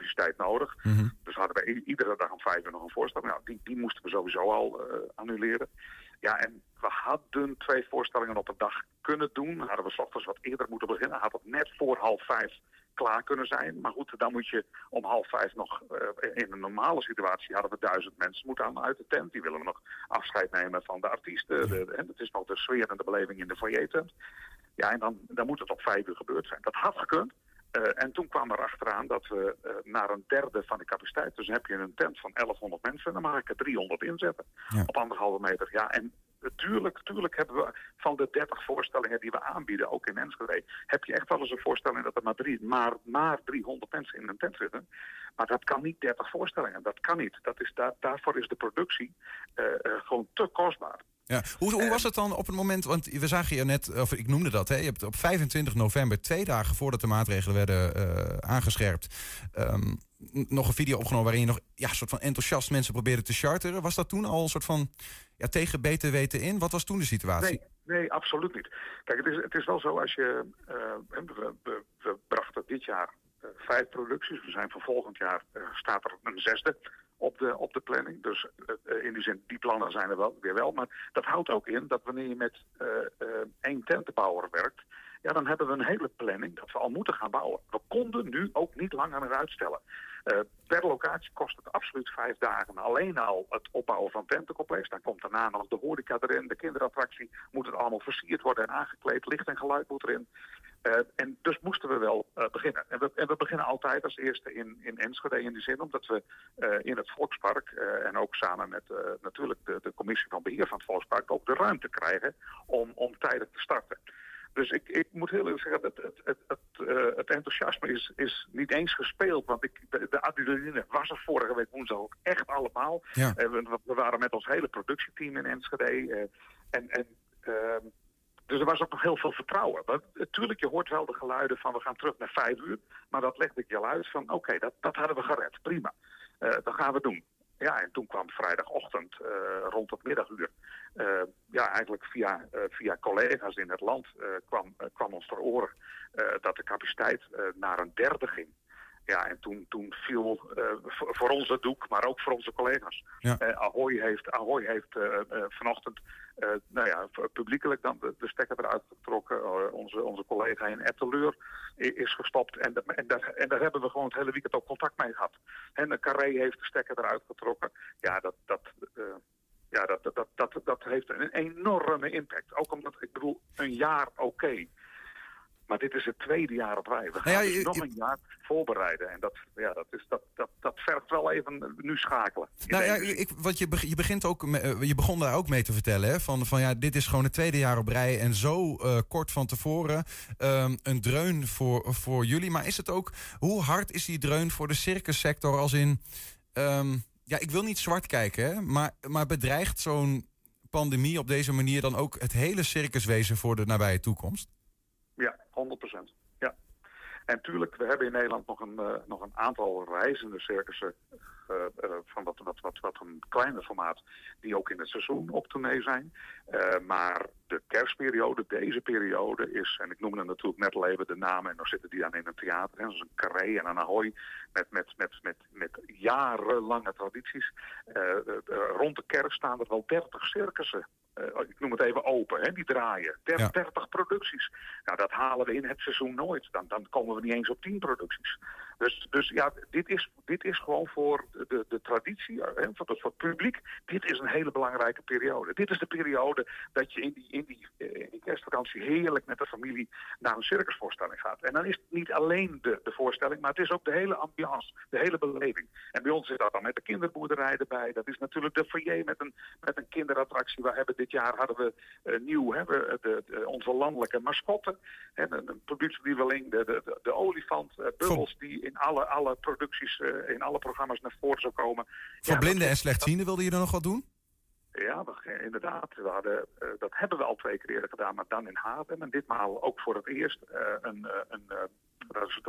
capaciteit nodig. Mm-hmm. Dus hadden we i- iedere dag om vijf uur nog een voorstelling. Nou, die, die moesten we sowieso al uh, annuleren. Ja, en we hadden twee voorstellingen op een dag kunnen doen. Hadden we 's ochtends wat eerder moeten beginnen. Had het net voor half vijf klaar kunnen zijn. Maar goed, dan moet je om half vijf nog... Uh, in een normale situatie hadden we duizend mensen moeten aan uit de tent. Die willen we nog afscheid nemen van de artiesten. De, de, en het is nog de sfeer en de beleving in de foyer-tent. Ja, en dan, dan moet het op vijf uur gebeurd zijn. Dat had gekund. Uh, en toen kwam er achteraan dat we uh, naar een derde van de capaciteit... dus heb je een tent van elfhonderd mensen... dan mag ik er driehonderd inzetten. Ja. Op anderhalve meter. Ja, en Tuurlijk, tuurlijk hebben we van de dertig voorstellingen die we aanbieden, ook in Enschede, heb je echt wel eens een voorstelling dat er maar, drie, maar, maar driehonderd mensen in een tent zitten. Maar dat kan niet dertig voorstellingen, dat kan niet. Dat is, daar, daarvoor is de productie uh, uh, gewoon te kostbaar. Ja. Hoe, hoe was het dan op het moment, want we zagen je net, of ik noemde dat, hè, je hebt op vijfentwintig november, twee dagen voordat de maatregelen werden uh, aangescherpt, um, nog een video opgenomen waarin je nog ja, een soort van enthousiast mensen probeerde te charteren. Was dat toen al een soort van ja, tegen B T W in? Wat was toen de situatie? Nee, nee, absoluut niet. Kijk, het is, het is wel zo als je, uh, we, we, we brachten dit jaar uh, vijf producties. We zijn voor volgend jaar, uh, staat er een zesde op de, op de planning. Dus uh, in die zin, die plannen zijn er wel, weer wel. Maar dat houdt ook in dat wanneer je met uh, uh, één tentenbouwer werkt, ja, dan hebben we een hele planning dat we al moeten gaan bouwen. We konden nu ook niet langer meer uitstellen. Uh, per locatie kost het absoluut vijf dagen. Alleen al het opbouwen van tentencomplex. Dan komt daarna nog de horeca erin, de kinderattractie. Moet het allemaal versierd worden en aangekleed. Licht en geluid moet erin. Uh, en dus moesten we wel uh, beginnen. En we, en we beginnen altijd als eerste in, in Enschede in die zin. Omdat we uh, in het Volkspark uh, en ook samen met uh, natuurlijk de, de commissie van beheer van het Volkspark ook de ruimte krijgen om, om tijdig te starten. Dus ik, ik moet heel eerlijk zeggen, het, het, het, het, uh, het enthousiasme is, is niet eens gespeeld. Want ik, de, de adrenaline was er vorige week woensdag ook echt allemaal. Ja. Uh, we, we waren met ons hele productieteam in Enschede. Uh, en, en, uh, dus er was ook nog heel veel vertrouwen. Natuurlijk, je hoort wel de geluiden van we gaan terug naar vijf uur. Maar dat legde ik je al uit van oké, okay, dat, dat hadden we gered. Prima. Uh, dat gaan we doen. Ja, en toen kwam vrijdagochtend uh, rond het middaguur, uh, ja, eigenlijk via, uh, via collega's in het land uh, kwam, uh, kwam ons ter oren uh, dat de capaciteit uh, naar een derde ging. Ja, en toen, toen viel uh, voor, voor ons het doek, maar ook voor onze collega's. Ja. Uh, Ahoy heeft, Ahoy heeft uh, uh, vanochtend uh, nou ja, publiekelijk dan de, de stekker eruit getrokken. Uh, onze, onze collega in Etteleur is gestopt. En, de, en, daar, en daar hebben we gewoon het hele weekend ook contact mee gehad. En de Carré heeft de stekker eruit getrokken. Ja, dat... dat uh, Ja, dat, dat, dat, dat, dat heeft een enorme impact. Ook omdat, ik bedoel, een jaar oké. Okay. Maar dit is het tweede jaar op rij. We gaan nou ja, je, dus nog een jaar voorbereiden. En dat, ja, dat, is, dat, dat, dat vergt wel even nu schakelen. Nou ja, ik, wat je, je, begint ook, je begon daar ook mee te vertellen. Hè? Van, van ja, dit is gewoon het tweede jaar op rij. En zo uh, kort van tevoren um, een dreun voor, voor jullie. Maar is het ook, hoe hard is die dreun voor de circussector als in... Um, ja, ik wil niet zwart kijken, hè? Maar, maar bedreigt zo'n pandemie op deze manier dan ook het hele circuswezen voor de nabije toekomst? Ja, honderd procent. Ja. En tuurlijk, we hebben in Nederland nog een, uh, nog een aantal reizende circussen uh, uh, van wat, wat, wat, wat een kleiner formaat, die ook in het seizoen op tournee zijn. Uh, maar de kerstperiode, deze periode is, en ik noemde natuurlijk net al even de namen, en dan zitten die dan in een theater, hè, zoals een Carré en een Ahoy, met, met, met, met, met jarenlange tradities. Uh, uh, uh, rond de kerst staan er wel dertig circussen. Uh, ik noem het even open, hè, die draaien. dertig, ja. dertig producties. Nou, dat halen we in het seizoen nooit. Dan, dan komen we niet eens op tien producties. Dus, dus ja, dit is, dit is gewoon voor de, de traditie, hè, voor, het, voor het publiek. Dit is een hele belangrijke periode. Dit is de periode dat je in die, in die, in die kerstvakantie heerlijk met de familie naar een circusvoorstelling gaat. En dan is het niet alleen de, de voorstelling, maar het is ook de hele ambiance, de hele beleving. En bij ons zit dat dan met de kinderboerderij erbij. Dat is natuurlijk de foyer met een, met een kinderattractie. We hebben dit jaar hadden we uh, nieuw, hè, we, de, de, onze landelijke mascotte. Hè, een, een productienieveling, de, de, de, de olifant, uh, Bubbles, die in alle, alle producties, uh, in alle programma's naar voren zou komen. Voor ja, blinden dat, en slechtzienden wilde je er nog wat doen? Ja, we, inderdaad. We hadden, uh, dat hebben we al twee keer eerder gedaan, maar dan in Haarlem. En ditmaal ook voor het eerst uh, een, uh, een uh, dat is de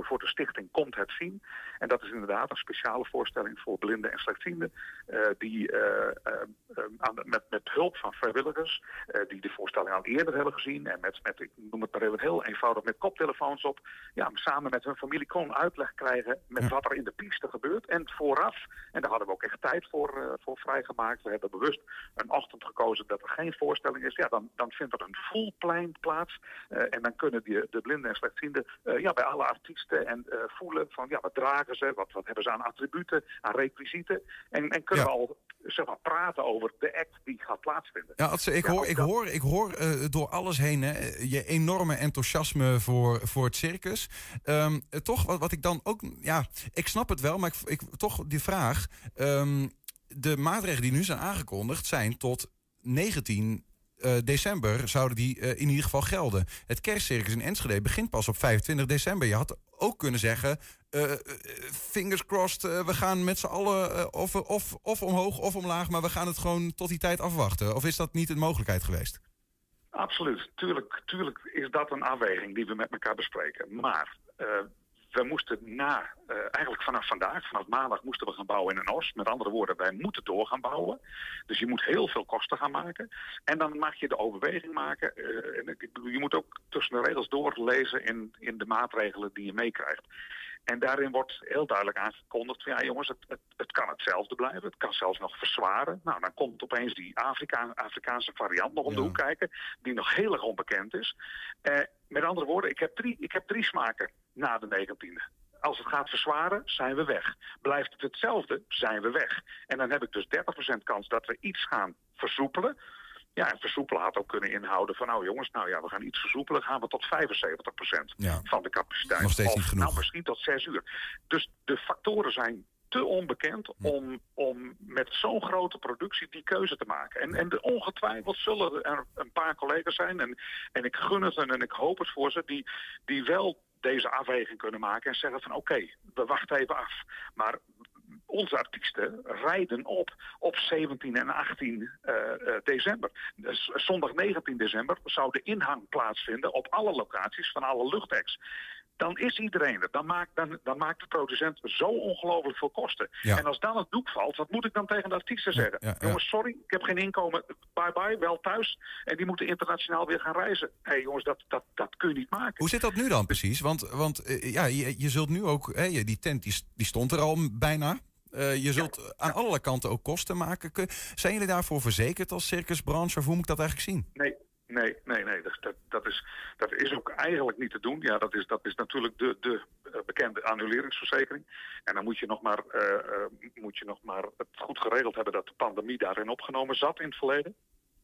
voor de stichting Komt het Zien. En dat is inderdaad een speciale voorstelling voor blinden en slechtzienden. Uh, die uh, uh, uh, aan de, met, met hulp van vrijwilligers, uh, die de voorstelling al eerder hebben gezien. En met, met ik noem het maar even heel eenvoudig, met koptelefoons op. Ja, samen met hun familie kon uitleg krijgen met ja. wat er in de piste gebeurt. En vooraf, en daar hadden we ook echt tijd voor, uh, voor vrijgemaakt. We hebben bewust een ochtend gekozen dat er geen voorstelling is. Ja, dan, dan vindt er een voelplein plaats. Uh, en dan kunnen die, de blinden en slechtzienden uh, ja, bij alle artiesten en uh, voelen van ja, wat dragen ze, wat, wat hebben ze aan attributen, aan requisieten. En, en kunnen ja. we al zeg maar, praten over de act die gaat plaatsvinden. Ja, Adse, ik, ja, hoor, ik, hoor, ik hoor uh, door alles heen hè, je enorme enthousiasme voor, voor het circus. Um, toch, wat, wat ik dan ook... Ja, ik snap het wel, maar ik, ik, toch die vraag. Um, de maatregelen die nu zijn aangekondigd zijn tot negentien uh, december zouden die uh, in ieder geval gelden. Het kerstcircus in Enschede begint pas op vijfentwintig december. Je had ook kunnen zeggen, uh, uh, fingers crossed, uh, we gaan met z'n allen uh, of, of, of omhoog of omlaag, maar we gaan het gewoon tot die tijd afwachten. Of is dat niet een mogelijkheid geweest? Absoluut. Tuurlijk, tuurlijk is dat een afweging die we met elkaar bespreken. Maar uh, we moesten na, uh, eigenlijk vanaf vandaag, vanaf maandag moesten we gaan bouwen in een os. Met andere woorden, wij moeten door gaan bouwen. Dus je moet heel veel kosten gaan maken. En dan mag je de overweging maken. Uh, en je moet ook tussen de regels doorlezen in, in de maatregelen die je meekrijgt. En daarin wordt heel duidelijk aangekondigd van ja jongens, het, het, het kan hetzelfde blijven. Het kan zelfs nog verzwaren. Nou, dan komt opeens die Afrika, Afrikaanse variant nog om ja. de hoek kijken, die nog heel erg onbekend is. Uh, met andere woorden, ik heb, drie, ik heb drie smaken na de negentiende. Als het gaat verzwaren, zijn we weg. Blijft het hetzelfde, zijn we weg. En dan heb ik dus dertig procent kans dat we iets gaan versoepelen. Ja, en versoepelen had ook kunnen inhouden van nou jongens, nou ja, we gaan iets versoepelen, gaan we tot vijfenzeventig procent ja. van de capaciteit. Nog steeds of, niet genoeg. Nou, misschien tot zes uur. Dus de factoren zijn te onbekend om, om met zo'n grote productie die keuze te maken. En, en de, ongetwijfeld zullen er een paar collega's zijn, en, en ik gun het en, en ik hoop het voor ze, die, die wel deze afweging kunnen maken en zeggen van oké, okay, we wachten even af. Maar onze artiesten rijden op op zeventien en achttien uh, uh, december. Dus zondag negentien december zou de inhang plaatsvinden op alle locaties van alle luchtacts. Dan is iedereen er. Dan maakt, dan, dan maakt de producent zo ongelooflijk veel kosten. Ja. En als dan het doek valt, wat moet ik dan tegen de artiesten zeggen? Ja, ja, ja. Jongens, sorry, ik heb geen inkomen. Bye bye, wel thuis. En die moeten internationaal weer gaan reizen. Hé hey, jongens, dat, dat, dat kun je niet maken. Hoe zit dat nu dan precies? Want, want uh, ja, je, je zult nu ook... Hey, die tent die, die stond er al bijna. Uh, je zult ja, aan ja. allerlei kanten ook kosten maken. Zijn jullie daarvoor verzekerd als circusbranche? Of hoe moet ik dat eigenlijk zien? Nee. Nee, nee, nee. Dat, dat, dat, is, dat is ook eigenlijk niet te doen. Ja, dat is, dat is natuurlijk de, de uh, bekende annuleringsverzekering. En dan moet je, nog maar, uh, uh, moet je nog maar het goed geregeld hebben dat de pandemie daarin opgenomen zat in het verleden.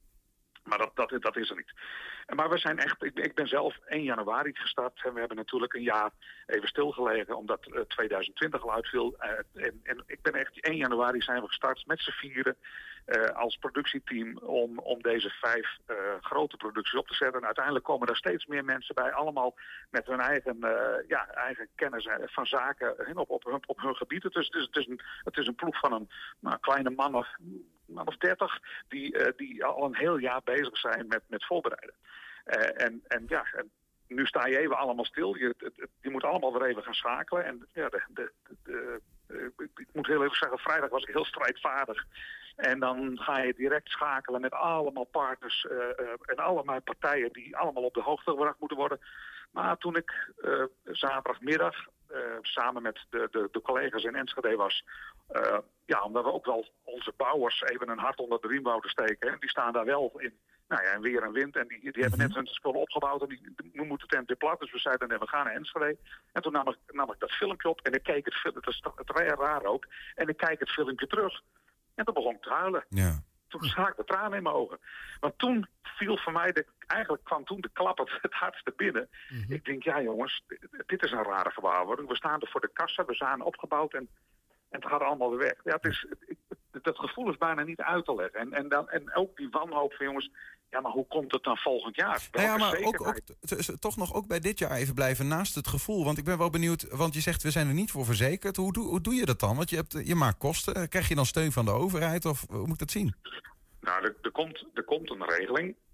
Maar dat, dat, dat is er niet. Maar we zijn echt, ik, ik ben zelf één januari gestart. En we hebben natuurlijk een jaar even stilgelegen omdat uh, tweeduizend twintig al uitviel. Uh, en, en ik ben echt, één januari zijn we gestart met z'n vieren. Uh, als productieteam om, om deze vijf uh, grote producties op te zetten. En uiteindelijk komen er steeds meer mensen bij. Allemaal met hun eigen, uh, ja, eigen kennis van zaken op, op, op, op hun gebied. Dus het is, het is, een, het is een ploeg van een nou, kleine man of, man of dertig... Die, uh, die al een heel jaar bezig zijn met, met voorbereiden. Uh, en, en ja... En, nu sta je even allemaal stil. Je, het, het, je moet allemaal weer even gaan schakelen. En ja, de, de, de, de, de, ik moet heel even zeggen, vrijdag was ik heel strijdvaardig. En dan ga je direct schakelen met allemaal partners uh, uh, en allemaal partijen die allemaal op de hoogte gebracht moeten worden. Maar toen ik uh, zaterdagmiddag uh, samen met de, de, de collega's in Enschede was, uh, ja, omdat we ook wel onze bouwers even een hart onder de riem wouden steken. Hè, die staan daar wel in. Nou ja, en weer en wind. En die, die hebben Mm-hmm. net hun spullen opgebouwd. En die, we moeten tent weer plat. Dus we zeiden, nee, we gaan naar Enschede. En toen nam ik, nam ik dat filmpje op. En ik keek het filmpje. Het is toch het raar ook. En ik kijk het filmpje terug. En toen begon ik te huilen. Ja. Toen zag ik de tranen in mijn ogen. Want toen viel voor mij, de, eigenlijk kwam toen de klap het, het hardste binnen. Mm-hmm. Ik denk, ja jongens, dit is een rare gewaarwording. We staan er voor de kassa. We zijn opgebouwd. En, en het gaat allemaal weer weg. Ja, het is, het, het, dat gevoel is bijna niet uit te leggen. En, en, dan, en ook die wanhoop van jongens. Ja, maar hoe komt het dan volgend jaar? Nou ja, maar ook, ook, t- toch nog ook bij dit jaar even blijven naast het gevoel. Want ik ben wel benieuwd, want je zegt we zijn er niet voor verzekerd. Hoe, doe, hoe doe je dat dan? Want je, hebt, je maakt kosten. Krijg je dan steun van de overheid of hoe moet ik dat zien? Nou, er, er, komt, er komt een regeling.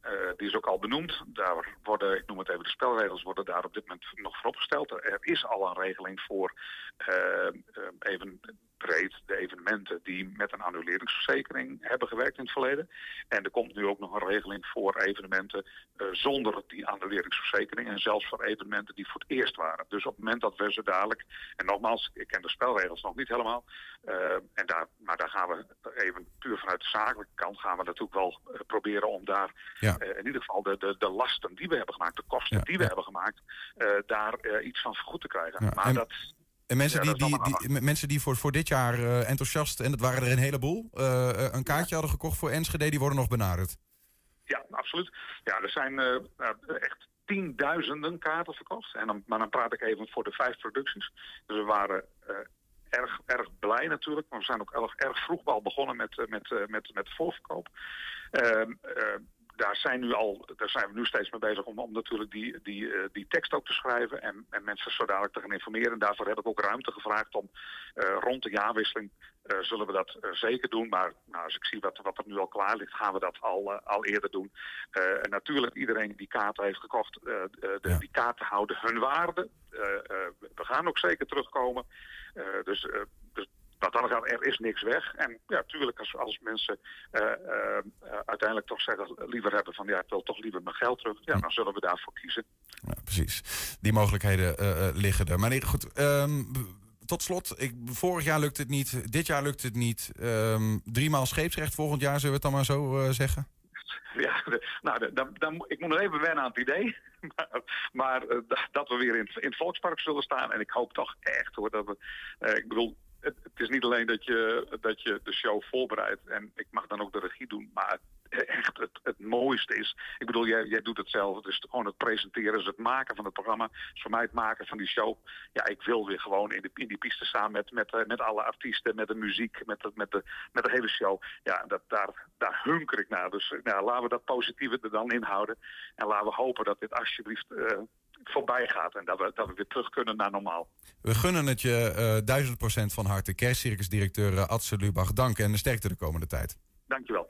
die is ook al benoemd. Daar worden, ik noem het even, de spelregels worden daar op dit moment nog voor opgesteld. Er is al een regeling voor uh, uh, even breed de evenementen die met een annuleringsverzekering hebben gewerkt in het verleden. En er komt nu ook nog een regeling voor evenementen uh, zonder die annuleringsverzekering. En zelfs voor evenementen die voor het eerst waren. Dus op het moment dat we ze dadelijk, en nogmaals, ik ken de spelregels nog niet helemaal. Uh, en daar, maar daar gaan we even puur vanuit de zakelijke kant gaan we natuurlijk wel uh, proberen om daar ja. uh, in ieder geval de, de, de lasten die we hebben gemaakt, de kosten ja, die we ja. hebben gemaakt, uh, daar uh, iets van vergoed te krijgen. Ja, maar en... dat... En mensen, ja, die, die, die, mensen die voor, voor dit jaar uh, enthousiast, en dat waren er een heleboel, uh, een kaartje hadden gekocht voor Enschede, die worden nog benaderd. Ja, absoluut. Ja, er zijn uh, echt tienduizenden kaarten verkocht. En dan, maar dan praat ik even voor de vijf producties. Dus we waren uh, erg, erg blij natuurlijk. Maar we zijn ook erg, erg vroeg al begonnen met, uh, met, uh, met, met de voorverkoop. Uh, uh, Daar zijn, nu al, daar zijn we nu steeds mee bezig om, om natuurlijk die, die, uh, die tekst ook te schrijven en, en mensen zo dadelijk te gaan informeren. En daarvoor heb ik ook ruimte gevraagd om uh, rond de jaarwisseling uh, zullen we dat uh, zeker doen. Maar nou, als ik zie wat, wat er nu al klaar ligt, gaan we dat al, uh, al eerder doen. Uh, en natuurlijk iedereen die kaarten heeft gekocht, uh, de, ja. die kaarten houden hun waarde. Uh, uh, we gaan ook zeker terugkomen. Uh, dus... Uh, dus Wat dan gaat, er is niks weg. En ja, natuurlijk als, als mensen uh, uh, uh, uiteindelijk toch zeggen, liever hebben van ja, ik wil toch liever mijn geld terug. Ja, dan zullen we daarvoor kiezen. Ja, precies. Die mogelijkheden uh, uh, liggen er. Maar nee, goed, um, tot slot, ik, vorig jaar lukt het niet, dit jaar lukt het niet. Um, driemaal scheepsrecht volgend jaar, zullen we het dan maar zo uh, zeggen? Ja, de, nou, de, dan, dan, ik moet nog even wennen aan het idee. Maar, maar uh, dat we weer in, in het Volkspark zullen staan. En ik hoop toch echt hoor, dat we, uh, ik bedoel... Het, het is niet alleen dat je, dat je de show voorbereidt en ik mag dan ook de regie doen, maar het, echt het, het mooiste is, ik bedoel, jij, jij doet het zelf, het is gewoon het presenteren, is het maken van het programma, is voor mij het maken van die show. Ja, ik wil weer gewoon in, de, in die piste staan met, met, met alle artiesten, met de muziek, met de, met de, met de hele show. Ja, dat, daar, daar hunker ik naar. Dus nou, laten we dat positieve er dan inhouden en laten we hopen dat dit alsjeblieft... Uh, voorbij gaat en dat we, dat we weer terug kunnen naar normaal. We gunnen het je uh, duizend procent van harte. Kerstcircusdirecteur uh, Adse Lubach, dank en sterkte de komende tijd. Dankjewel.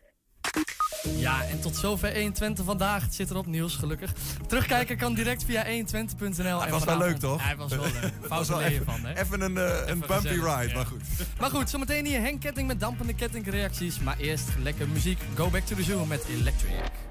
Ja, en tot zover honderdtwintig vandaag. Het zit erop, nieuws, gelukkig. Terugkijken kan direct via honderdtwintig punt n l. Hij was wel leuk, toch? Hij was wel leuk. Fout wel even van, hè? Even een, uh, even een bumpy gezellig, ride, ja. maar goed. Maar goed, zometeen hier Henk Ketting met dampende kettingreacties. Maar eerst lekker muziek. Go Back to the Zoo met Electric.